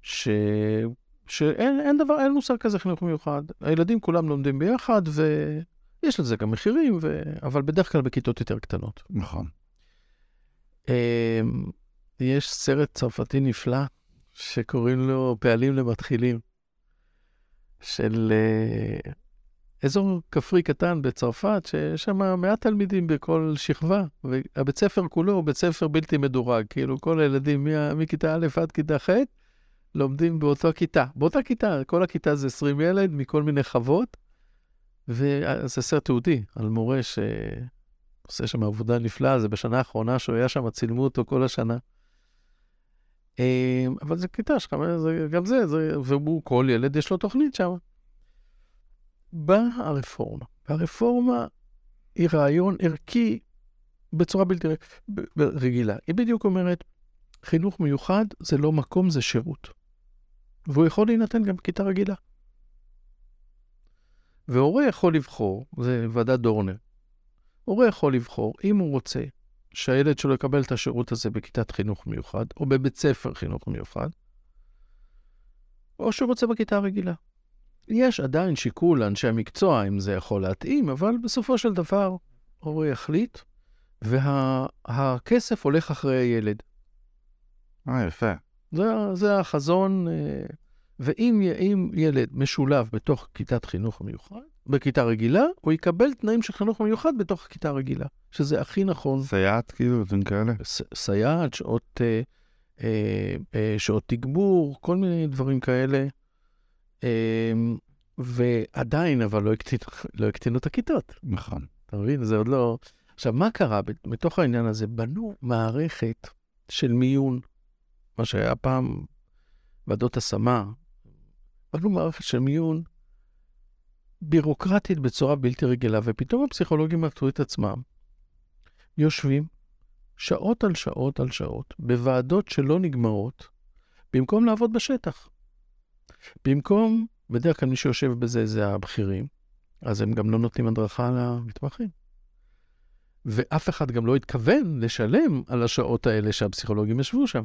שאין דבר, אין מושג כזה חינוך מיוחד. הילדים כולם לומדים ביחד, ויש לזה גם מחירים, אבל בדרך כלל בכיתות יותר קטנות. נכון. יש סרט צרפתי נפלא, שקוראים לו פעלים למתחילים, של אזור כפרי קטן בצרפת, שיש שם 100 תלמידים בכל שכבה, והבית ספר כולו הוא בית ספר בלתי מדורג, כאילו כל הילדים מכיתה א' עד כיתה ח' לומדים באותה כיתה. באותה כיתה, כל הכיתה זה 20 ילד מכל מיני חוות, וזה סרט תיעודי על מורה שעושה שם עבודה נפלאה, זה בשנה האחרונה שהוא היה שם, צילמו אותו כל השנה. אבל זה כיתה, גם זה, וכל ילד יש לו תוכנית שם. באה הרפורמה. והרפורמה היא רעיון ערכי בצורה בלתי רגילה. היא בדיוק אומרת, חינוך מיוחד זה לא מקום, זה שירות. והוא יכול להינתן גם בכיתה רגילה. והורה יכול לבחור, זה ועדת דורנר, הורה יכול לבחור, אם הוא רוצה שהילד שלו יקבל את השירות הזה בכיתת חינוך מיוחד, או בבית ספר חינוך מיוחד, או שהוא רוצה בכיתה רגילה. יש עדיין שיקול לאנשי המקצוע אם זה יכול להתאים, אבל בסופו של דבר הורה יחליט, והכסף הולך אחרי הילד. יפה. זה החזון, ואם ילד משולב בתוך כיתת חינוך מיוחד, בכיתה רגילה, הוא יקבל תנאים של חינוך מיוחד בתוך כיתה רגילה, שזה הכי נכון. סייעת כאילו, דברים כאלה? סייעת, שעות תגבור, כל מיני דברים כאלה. ועדיין, אבל לא הקטינו את הכיתות. נכון. אתה מבין? זה עוד לא... עכשיו, מה קרה? בתוך העניין הזה, בנו מערכת של מיון, מה שהיה פעם ועדות השמה, בנו מערכת של מיון בירוקרטית בצורה בלתי רגילה, ופתאום הפסיכולוגים מצאו את עצמם, יושבים שעות על שעות על שעות, בוועדות שלא נגמרות, במקום לעבוד בשטח. במקום, בדרך כלל מי שיושב בזה זה הבכירים, אז הם גם לא נותנים הדרכה למתמחים. ואף אחד גם לא התכוון לשלם על השעות האלה שהפסיכולוגים ישבו שם.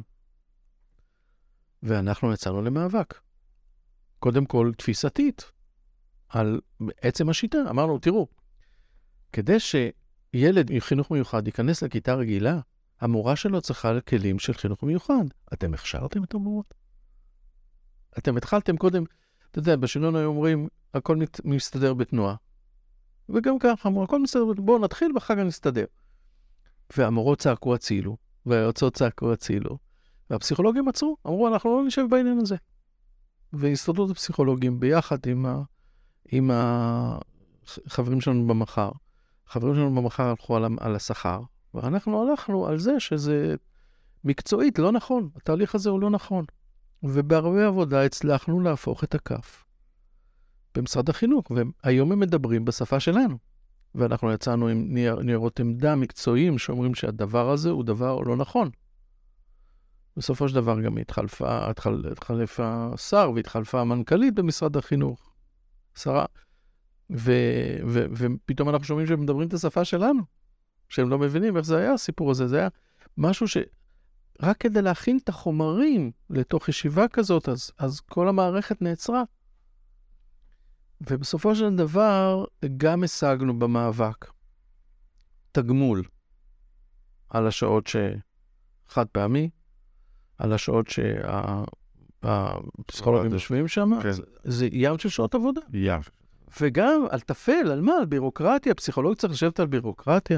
ואנחנו יצאנו למאבק. קודם כל, תפיסתית, על עצם השיטה. אמרנו, תראו, כדי שילד מחינוך מיוחד ייכנס לכיתה רגילה, המורה שלו צריכה לכלים של חינוך מיוחד. אתם הכשרתם את המורות? אתם התחלתם קודם, אתה יודע, בשילון היו אומרים, הכל מסתדר בתנועה. וגם ככה, אמרו, הכל מסתדר בתנועה, בואו נתחיל ואחר כך נסתדר. והמורות צעקו הצילו, והיועצות צעקו הצילו, והפסיכולוגים עצרו, אמרו, אנחנו לא נשב בעניין הזה. והסתדרות הפסיכולוגים ביחד עם החברים שלנו במחר. החברים שלנו במחר הלכו על השכר, ואנחנו הלכנו על זה שזה מקצועית לא נכון, התהליך הזה הוא לא נכון. ובהרבה עבודה הצלחנו להפוך את הכף במשרד החינוך, והיום הם מדברים בשפה שלנו. ואנחנו יצאנו עם ניירות עמדה מקצועיים שאומרים שהדבר הזה הוא דבר לא נכון. בסופו של דבר גם התחלף השר והתחלפה המנכ"לית במשרד החינוך. שרה. ופתאום אנחנו שומעים שהם מדברים את השפה שלנו, שהם לא מבינים איך זה היה הסיפור הזה. זה היה משהו רק כדי להכין את החומרים לתוך ישיבה כזאת, אז כל המערכת נעצרה. ובסופו של דבר גם השגנו במאבק תגמול על השעות שחד פעמי, על השעות שהפסיכולוגים יושבים שם, כן. זה ים של שעות עבודה. ים. וגם על תפל, על מה? על בירוקרטיה, פסיכולוג צריך לשבת על בירוקרטיה.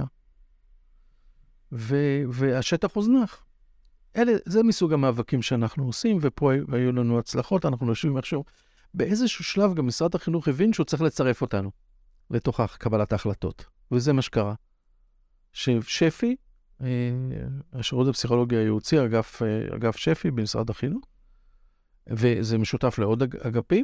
והשטח הוזנח. זה מסוג המאבקים שאנחנו עושים, ופה היו לנו הצלחות, אנחנו יושבים איכשהו. באיזשהו שלב גם משרד החינוך הבין שהוא צריך לצרף אותנו לתוך קבלת ההחלטות. וזה מה שקרה. ששפי, השירות הפסיכולוגי הייעוצי, אגף שפי במשרד החינוך, וזה משותף לעוד אגפים,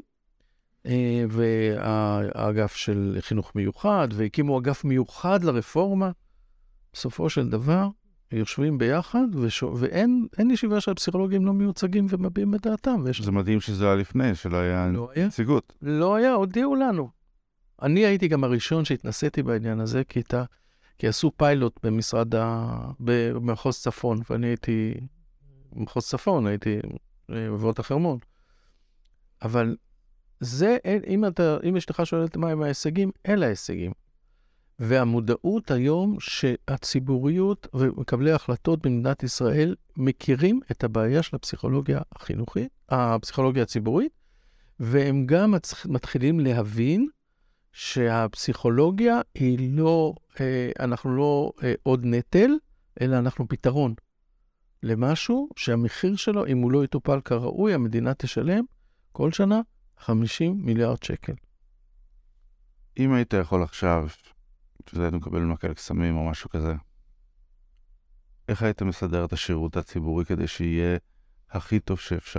והאגף של חינוך מיוחד, והקימו אגף מיוחד לרפורמה. בסופו של דבר, יושבים ביחד, ואין ישיבה שהפסיכולוגים לא מיוצגים ומביעים את דעתם. זה מדהים שזה היה לפני, שלא היה נציגות. לא היה, הודיעו לנו. אני הייתי גם הראשון שהתנסיתי בעניין הזה, כי עשו פיילוט במחוז צפון, ואני הייתי במחוז צפון, הייתי בבואות החרמון. אבל זה, אם אשתך שואלת מה עם ההישגים, אלה ההישגים. והמודעות היום שהציבוריות ומקבלי ההחלטות במדינת ישראל מכירים את הבעיה של הפסיכולוגיה החינוכית, הפסיכולוגיה הציבורית, והם גם מתחילים להבין שהפסיכולוגיה היא לא, אנחנו לא עוד נטל, אלא אנחנו פתרון למשהו שהמחיר שלו, אם הוא לא יטופל כראוי, המדינה תשלם כל שנה 50 מיליארד שקל. אם היית יכול עכשיו, שזה היינו מקבל מקל קסמים או משהו כזה, איך היית מסדר את השירות הציבורי כדי שיהיה הכי טוב שאפשר?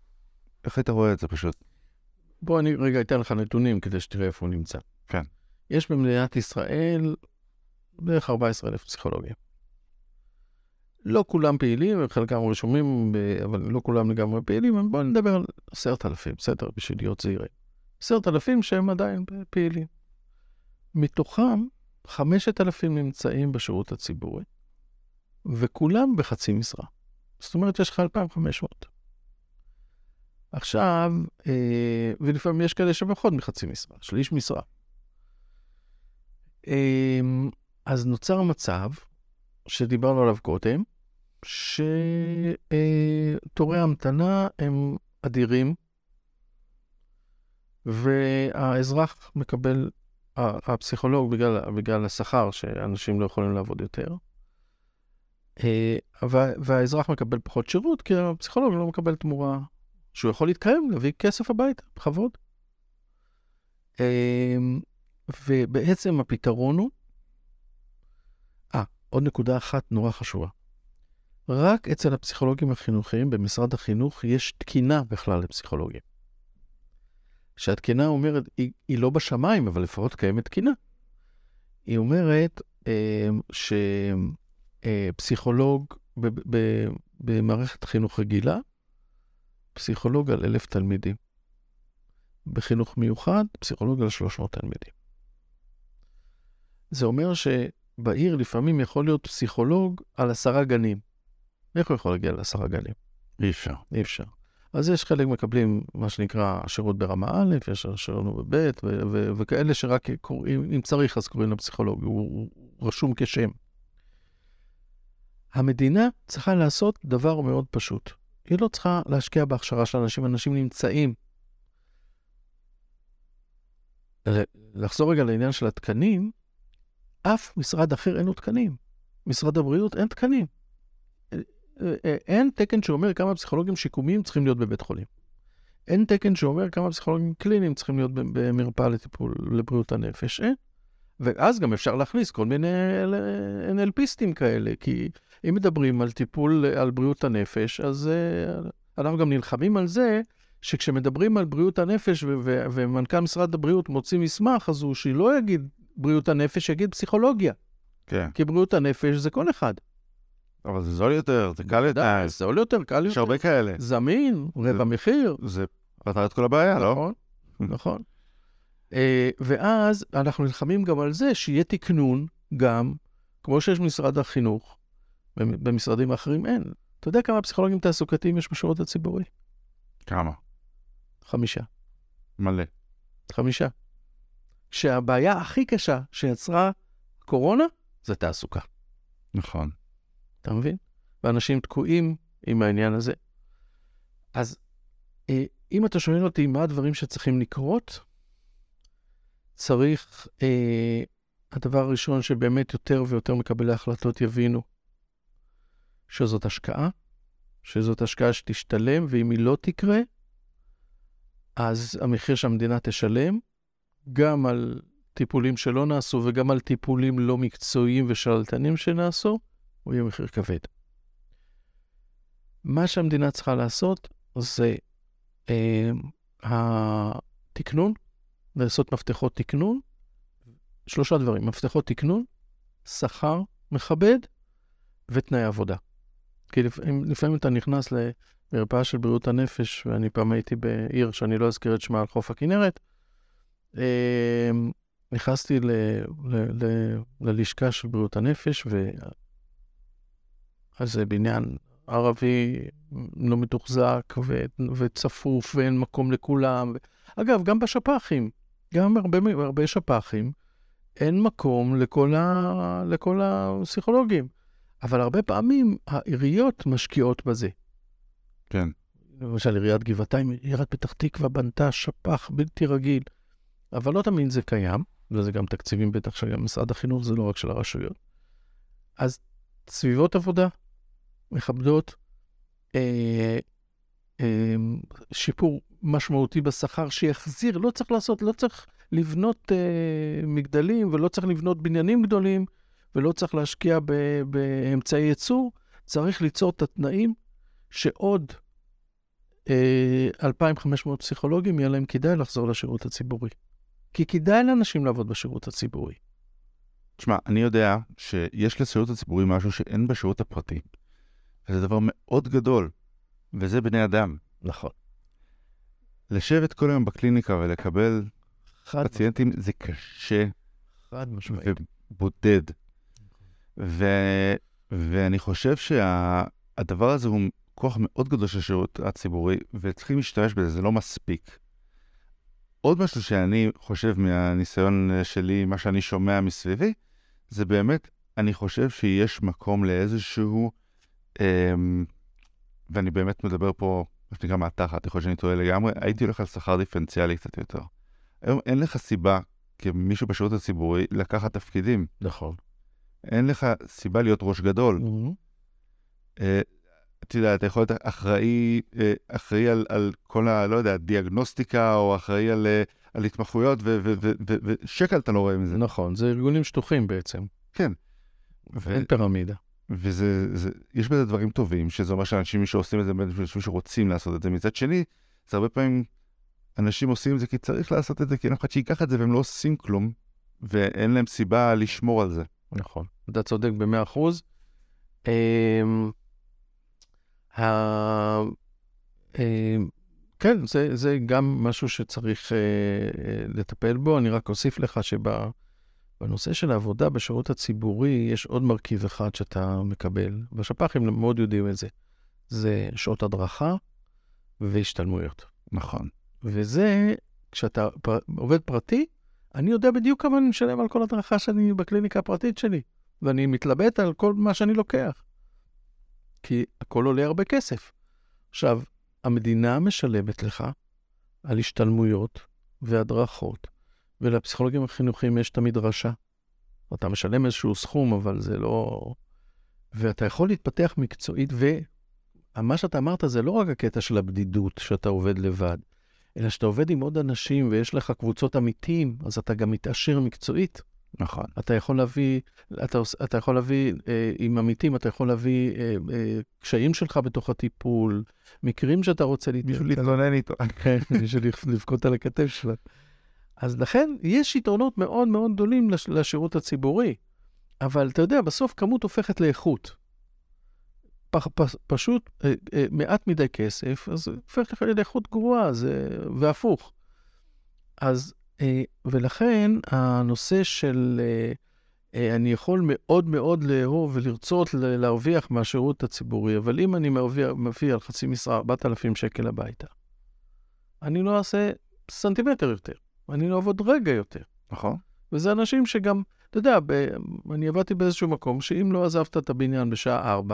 איך היית רואה את זה פשוט? בוא אני רגע אתן לך נתונים כדי שתראה איפה הוא נמצא. כן. יש במדינת ישראל בערך 14,000 פסיכולוגים. לא כולם פעילים, חלקם רשומים, אבל לא כולם לגמרי פעילים. בואו נדבר על 10,000, בסדר, בשביל להיות זהירים. 10,000 שהם עדיין פעילים. מתוכם 5,000 נמצאים בשירות הציבורי, וכולם בחצי משרה. זאת אומרת, יש לך 2,500. עכשיו, ולפעמים יש כאלה שפחות מחצי משרה, שליש משרה. אז נוצר מצב שדיברנו עליו קודם, שתורי ההמתנה הם אדירים, והאזרח מקבל, הפסיכולוג בגלל השכר שאנשים לא יכולים לעבוד יותר, והאזרח מקבל פחות שירות, כי הפסיכולוג לא מקבל תמורה, שהוא יכול להתקיים, להביא כסף הביתה, בכבוד. ובעצם הפתרון הוא, עוד נקודה אחת נורא חשובה. רק אצל הפסיכולוגים החינוכיים, במשרד החינוך, יש תקינה בכלל לפסיכולוגים. שהתקינה אומרת, היא לא בשמיים, אבל לפחות קיימת תקינה. היא אומרת שפסיכולוג במערכת חינוך רגילה, פסיכולוג על 1,000 תלמידים. בחינוך מיוחד, פסיכולוג על 300 תלמידים. זה אומר שבעיר לפעמים יכול להיות פסיכולוג על 10 גנים. איך הוא יכול להגיע ל10 גנים? אי אפשר. אי אפשר. אז יש חלק מקבלים מה שנקרא שירות ברמה א', יש שירות בב', וכאלה שרק קוראים, אם צריך אז קוראים לפסיכולוג, הוא רשום כשם. המדינה צריכה לעשות דבר מאוד פשוט. היא לא צריכה להשקיע בהכשרה של אנשים, אנשים נמצאים. לחזור רגע לעניין של התקנים, אף משרד אחר אין לו תקנים. משרד הבריאות אין תקנים. אין תקן שאומר כמה פסיכולוגים שיקומיים צריכים להיות בבית חולים. אין תקן שאומר כמה פסיכולוגים קליניים צריכים להיות במרפאה לטיפול לבריאות הנפש. אין. ואז גם אפשר להכניס כל מיני NLPיסטים כאלה, כי אם מדברים על טיפול על בריאות הנפש, אז אנחנו גם נלחמים על זה, שכשמדברים על בריאות הנפש ומנכ"ל משרד הבריאות מוציא מסמך, אז הוא שלא יגיד בריאות הנפש, יגיד פסיכולוגיה. כן. כי בריאות הנפש זה כל אחד. אבל זה זול יותר, זה קל יותר. זה עולה יותר, קל יותר. יש הרבה כאלה. זמין, רבע מחיר. זה פתר את כל הבעיה, לא? נכון, נכון. ואז אנחנו נלחמים גם על זה שיהיה תקנון גם, כמו שיש במשרד החינוך, במשרדים האחרים אין. אתה יודע כמה פסיכולוגים תעסוקתיים יש בשירות הציבורי? כמה? 5. מלא. 5. כשהבעיה הכי קשה שיצרה קורונה, זה תעסוקה. נכון. אתה מבין? ואנשים תקועים עם העניין הזה. אז אם אתה שואל אותי מה הדברים שצריכים לקרות, צריך, הדבר הראשון שבאמת יותר ויותר מקבלי ההחלטות יבינו, שזאת השקעה, שזאת השקעה שתשתלם, ואם היא לא תקרה, אז המחיר שהמדינה תשלם, גם על טיפולים שלא נעשו, וגם על טיפולים לא מקצועיים ושלטנים שנעשו, הוא יהיה מחיר כבד. מה שהמדינה צריכה לעשות, זה התקנון, לעשות מפתחות תקנון, 3 דברים, מפתחות תקנון, שכר מכבד, ותנאי עבודה. כי לפעמים אתה נכנס למרפאה של בריאות הנפש, ואני פעם הייתי בעיר שאני לא אזכיר את שמה על חוף הכנרת, נכנסתי ללשכה של בריאות הנפש, אז זה בניין ערבי לא מתוחזק וצפוף ואין מקום לכולם. אגב, גם בשפחים, גם הרבה שפחים, אין מקום לכל הפסיכולוגים. אבל הרבה פעמים העיריות משקיעות בזה. כן. למשל, עיריית גבעתיים, עיריית פתח תקווה בנתה שפח בלתי רגיל. אבל לא תמיד זה קיים, וזה גם תקציבים בטח של משרד החינוך, זה לא רק של הרשויות. אז סביבות עבודה מכבדות, שיפור משמעותי בשכר שיחזיר, לא צריך לבנות מגדלים, ולא צריך לבנות בניינים גדולים, ולא צריך להשקיע באמצעי ייצור, צריך ליצור את התנאים שעוד 2,500 פסיכולוגים יהיה להם כדאי לחזור לשירות הציבורי. כי כדאי לאנשים לעבוד בשירות הציבורי. תשמע, אני יודע שיש לשירות הציבורי משהו שאין בשירות הפרטי. וזה דבר מאוד גדול, וזה בני אדם. נכון. לשבת כל היום בקליניקה ולקבל חד פציינטים זה קשה משמעית. ובודד. ואני חושב שהדבר הזה הוא כוח מאוד גדול של השירות הציבורי, וצריכים להשתמש בזה, זה לא מספיק. עוד משהו שאני חושב מהניסיון שלי, מה שאני שומע מסביבי, זה באמת, אני חושב שיש מקום לאיזשהו, ואני באמת מדבר פה, מה שנקרא מהתחת, יכול להיות שאני טועה לגמרי, הייתי הולך על שכר דיפרנציאלי קצת יותר. היום אין לך סיבה, כמישהו בשירות הציבורי, לקחת תפקידים. נכון. אין לך סיבה להיות ראש גדול. אתה יודע, אתה יכול להיות אחראי על כל לא יודע, דיאגנוסטיקה, או אחראי על התמחויות, ושקל אתה לא רואה מזה. נכון, זה ארגונים שטוחים בעצם. כן. אין פירמידה. יש בזה דברים טובים, שזה אומר שאנשים שעושים את זה, אנשים שרוצים לעשות את זה. מצד שני, זה הרבה פעמים אנשים עושים את זה כי צריך לעשות את זה, כי אין אחד שיקח את זה והם לא עושים כלום, ואין להם סיבה לשמור על זה. נכון. אתה צודק ב100%. כן, זה גם משהו שצריך לטפל בו. אני רק אוסיף לך שבנושא של העבודה בשירות הציבורי יש עוד מרכיב אחד שאתה מקבל, והשפ"חים מאוד יודעים את זה. זה שעות הדרכה והשתלמויות. נכון. וזה, כשאתה עובד פרטי, אני יודע בדיוק כמה אני משלם על כל הדרכה שאני בקליניקה הפרטית שלי, ואני מתלבט על כל מה שאני לוקח. כי הכל עולה הרבה כסף. עכשיו, המדינה משלמת לך על השתלמויות והדרכות, ולפסיכולוגים החינוכיים יש את המדרשה. אתה משלם איזשהו סכום, אבל זה לא... ואתה יכול להתפתח מקצועית, ומה שאתה אמרת זה לא רק הקטע של הבדידות שאתה עובד לבד, אלא שאתה עובד עם עוד אנשים ויש לך קבוצות אמיתיים, אז אתה גם מתעשר מקצועית. נכון. אתה יכול להביא עם עמיתים, אתה יכול להביא קשיים שלך בתוך הטיפול, מקרים שאתה רוצה מישהו להתלונן איתו. כן, מישהו לבכות על הכתף שלה. אז לכן, יש יתרונות מאוד מאוד גדולים לשירות הציבורי, אבל אתה יודע, בסוף כמות הופכת לאיכות. פשוט מעט מדי כסף, אז הופך לך לאיכות גרועה, והפוך. אז ולכן הנושא של אני יכול מאוד מאוד לאהוב ולרצות להרוויח מהשירות הציבורי, אבל אם אני מביא על חצי משרה 4,000 שקל הביתה, אני לא אעשה סנטימטר יותר, אני לא אעבוד רגע יותר. נכון. וזה אנשים שגם, אתה יודע, אני עבדתי באיזשהו מקום, שאם לא עזבת את הבניין בשעה 4,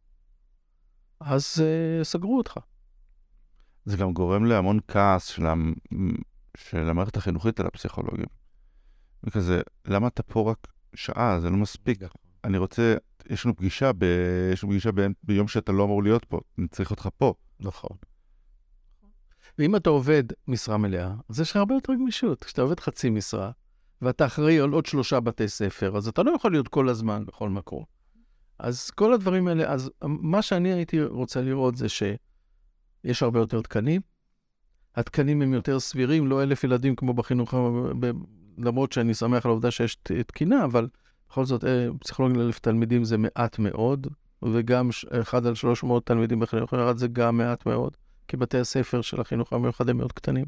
אז סגרו אותך. זה גם גורם להמון כעס של המערכת החינוכית על הפסיכולוגים. וכזה, למה אתה פה רק שעה? זה לא מספיק. אני רוצה, יש לנו פגישה ביום שאתה לא אמור להיות פה. אני צריך אותך פה. נכון. ואם אתה עובד משרה מלאה, אז יש לך הרבה יותר גמישות. כשאתה עובד חצי משרה, ואתה אחראי על עוד 3 בתי ספר, אז אתה לא יכול להיות כל הזמן בכל מקום. אז כל הדברים האלה, אז מה שאני הייתי רוצה לראות זה שיש הרבה יותר תקנים, התקנים הם יותר סבירים, לא 1,000 ילדים כמו בחינוך, למרות שאני שמח על העובדה שיש תקינה, אבל בכל זאת, פסיכולוגים ל1,000 תלמידים זה מעט מאוד, וגם 1 על 300 תלמידים בחינוך המיוחד זה גם מעט מאוד, כי בתי הספר של החינוך המיוחד הם מאוד קטנים.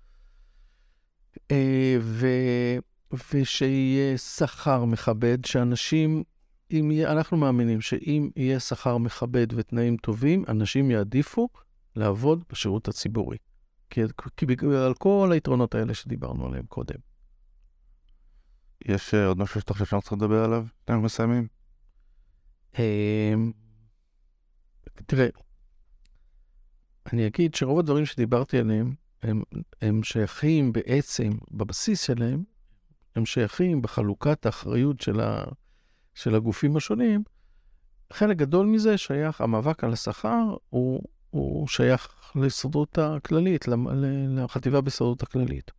ושיהיה שכר מכבד, שאנשים, אנחנו מאמינים שאם יהיה שכר מכבד ותנאים טובים, אנשים יעדיפו לעבוד בשירות הציבורי. כי בגלל כל היתרונות האלה שדיברנו עליהם קודם. יש עוד משהו שאתה חושב שאנחנו צריכים לדבר עליו? אתם מסיימים? תראה, אני אגיד שרוב הדברים שדיברתי עליהם, הם שייכים בעצם, בבסיס שלהם, הם שייכים בחלוקת האחריות של הגופים השונים. חלק גדול מזה שייך, המאבק על השכר הוא שייך להסתדרות הכללית, לחטיבה בהסתדרות הכללית.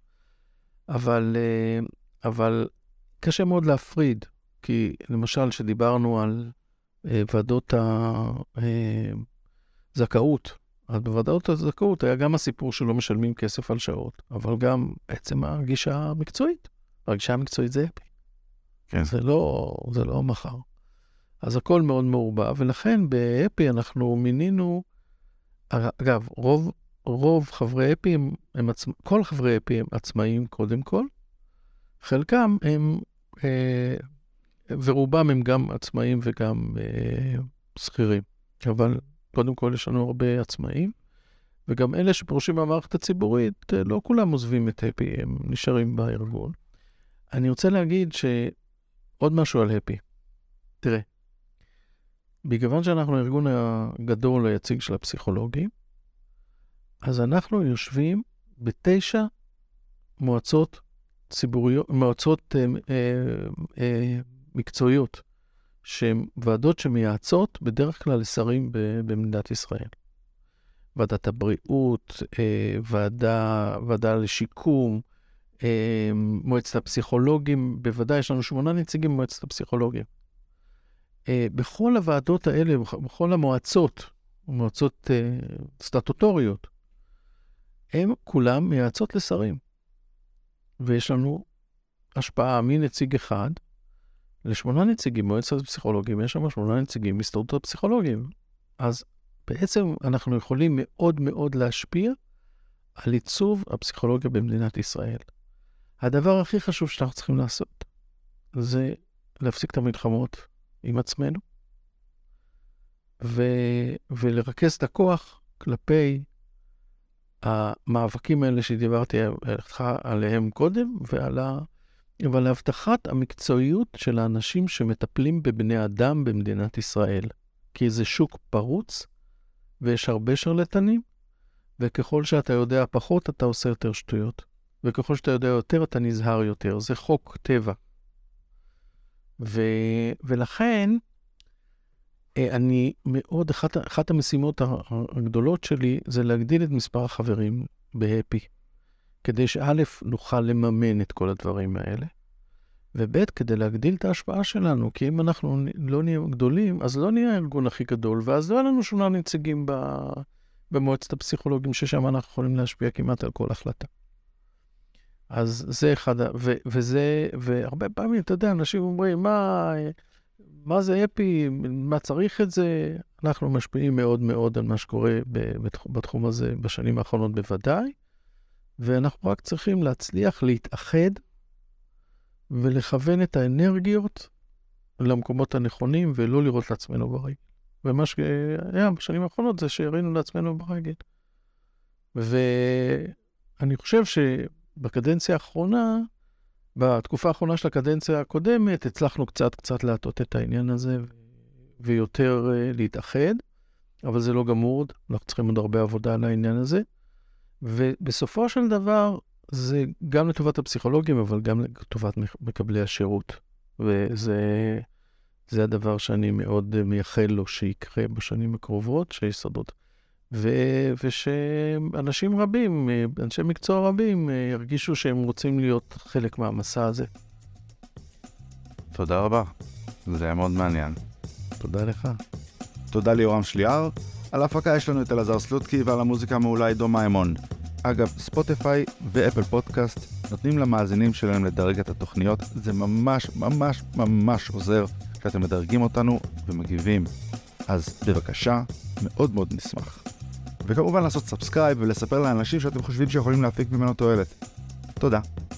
אבל קשה מאוד להפריד, כי למשל שדיברנו על ועדות הזכאות, אז בוועדות הזכאות היה גם הסיפור שלא משלמים כסף על שעות, אבל גם בעצם הגישה המקצועית. הגישה המקצועית זה אפי. כן. זה לא מחר. אז הכל מאוד מעורבב, ולכן באפי אנחנו מינינו, אגב, רוב חברי אפי, כל חברי אפי הם עצמאים קודם כל, חלקם הם, ורובם הם גם עצמאים וגם שכירים. אבל קודם כל יש לנו הרבה עצמאים, וגם אלה שפורשים במערכת הציבורית, לא כולם עוזבים את אפי, הם נשארים בארגון. אני רוצה להגיד שעוד משהו על אפי. תראה, מכיוון שאנחנו הארגון הגדול היציג של הפסיכולוגים, אז אנחנו יושבים ב9 מועצות ציבוריות, מועצות מקצועיות, שהן ועדות שמייעצות בדרך כלל לשרים במדינת ישראל. ועדת הבריאות, ועדה לשיקום, מועצת הפסיכולוגים, בוודאי יש לנו 8 נציגים במועצת הפסיכולוגים. בכל הוועדות האלה, בכל המועצות, מועצות סטטוטוריות, הם כולם מייעצות לשרים. ויש לנו השפעה מנציג אחד ל8 נציגים, מועצת הפסיכולוגים, יש שם 8 נציגים מהסתדרות הפסיכולוגים. אז בעצם אנחנו יכולים מאוד מאוד להשפיע על עיצוב הפסיכולוגיה במדינת ישראל. הדבר הכי חשוב שאנחנו צריכים לעשות, זה להפסיק את המלחמות עם עצמנו, ולרכז את הכוח כלפי המאבקים האלה שדיברתי עליהם קודם, ועל הבטחת המקצועיות של האנשים שמטפלים בבני אדם במדינת ישראל. כי זה שוק פרוץ, ויש הרבה שרלטנים, וככל שאתה יודע פחות, אתה עושה יותר שטויות. וככל שאתה יודע יותר, אתה נזהר יותר. זה חוק טבע. ולכן, אני מאוד, אחת המשימות הגדולות שלי, זה להגדיל את מספר החברים בהפי, כדי שא' נוכל לממן את כל הדברים האלה, וב' כדי להגדיל את ההשפעה שלנו, כי אם אנחנו לא נהיה גדולים, אז לא נהיה הארגון הכי גדול, ואז לא היה לנו 8 נציגים במועצת הפסיכולוגים, ששם אנחנו יכולים להשפיע כמעט על כל החלטה. אז זה אחד, והרבה פעמים, אתה יודע, אנשים אומרים, מה זה אפי, מה צריך את זה? אנחנו משפיעים מאוד מאוד על מה שקורה בתחום הזה בשנים האחרונות בוודאי, ואנחנו רק צריכים להצליח להתאחד ולכוון את האנרגיות למקומות הנכונים ולא לראות לעצמנו ברגל. ומה שהיה בשנים האחרונות זה שהראינו לעצמנו ברגל. ואני חושב שבקדנציה האחרונה, בתקופה האחרונה של הקדנציה הקודמת, הצלחנו קצת להטות את העניין הזה ויותר להתאחד, אבל זה לא גמור, אנחנו צריכים עוד הרבה עבודה על העניין הזה. ובסופו של דבר, זה גם לטובת הפסיכולוגים, אבל גם לטובת מקבלי השירות. וזה הדבר שאני מאוד מייחל לו שיקרה בשנים הקרובות, שיסודות. ושאנשים רבים, אנשי מקצוע רבים, ירגישו שהם רוצים להיות חלק מהמסע הזה. תודה רבה. זה היה מאוד מעניין. תודה לך. תודה ליורם שליאר. על ההפקה יש לנו את אלעזר סלוטקי, ועל המוזיקה מעולה עידו מימון. אגב, ספוטיפיי ואפל פודקאסט נותנים למאזינים שלהם לדרג את התוכניות. זה ממש ממש ממש עוזר שאתם מדרגים אותנו ומגיבים. אז בבקשה, מאוד מאוד נשמח. וכמובן לעשות סאבסקרייב ולספר לאנשים שאתם חושבים שיכולים להפיק ממנו תועלת. תודה.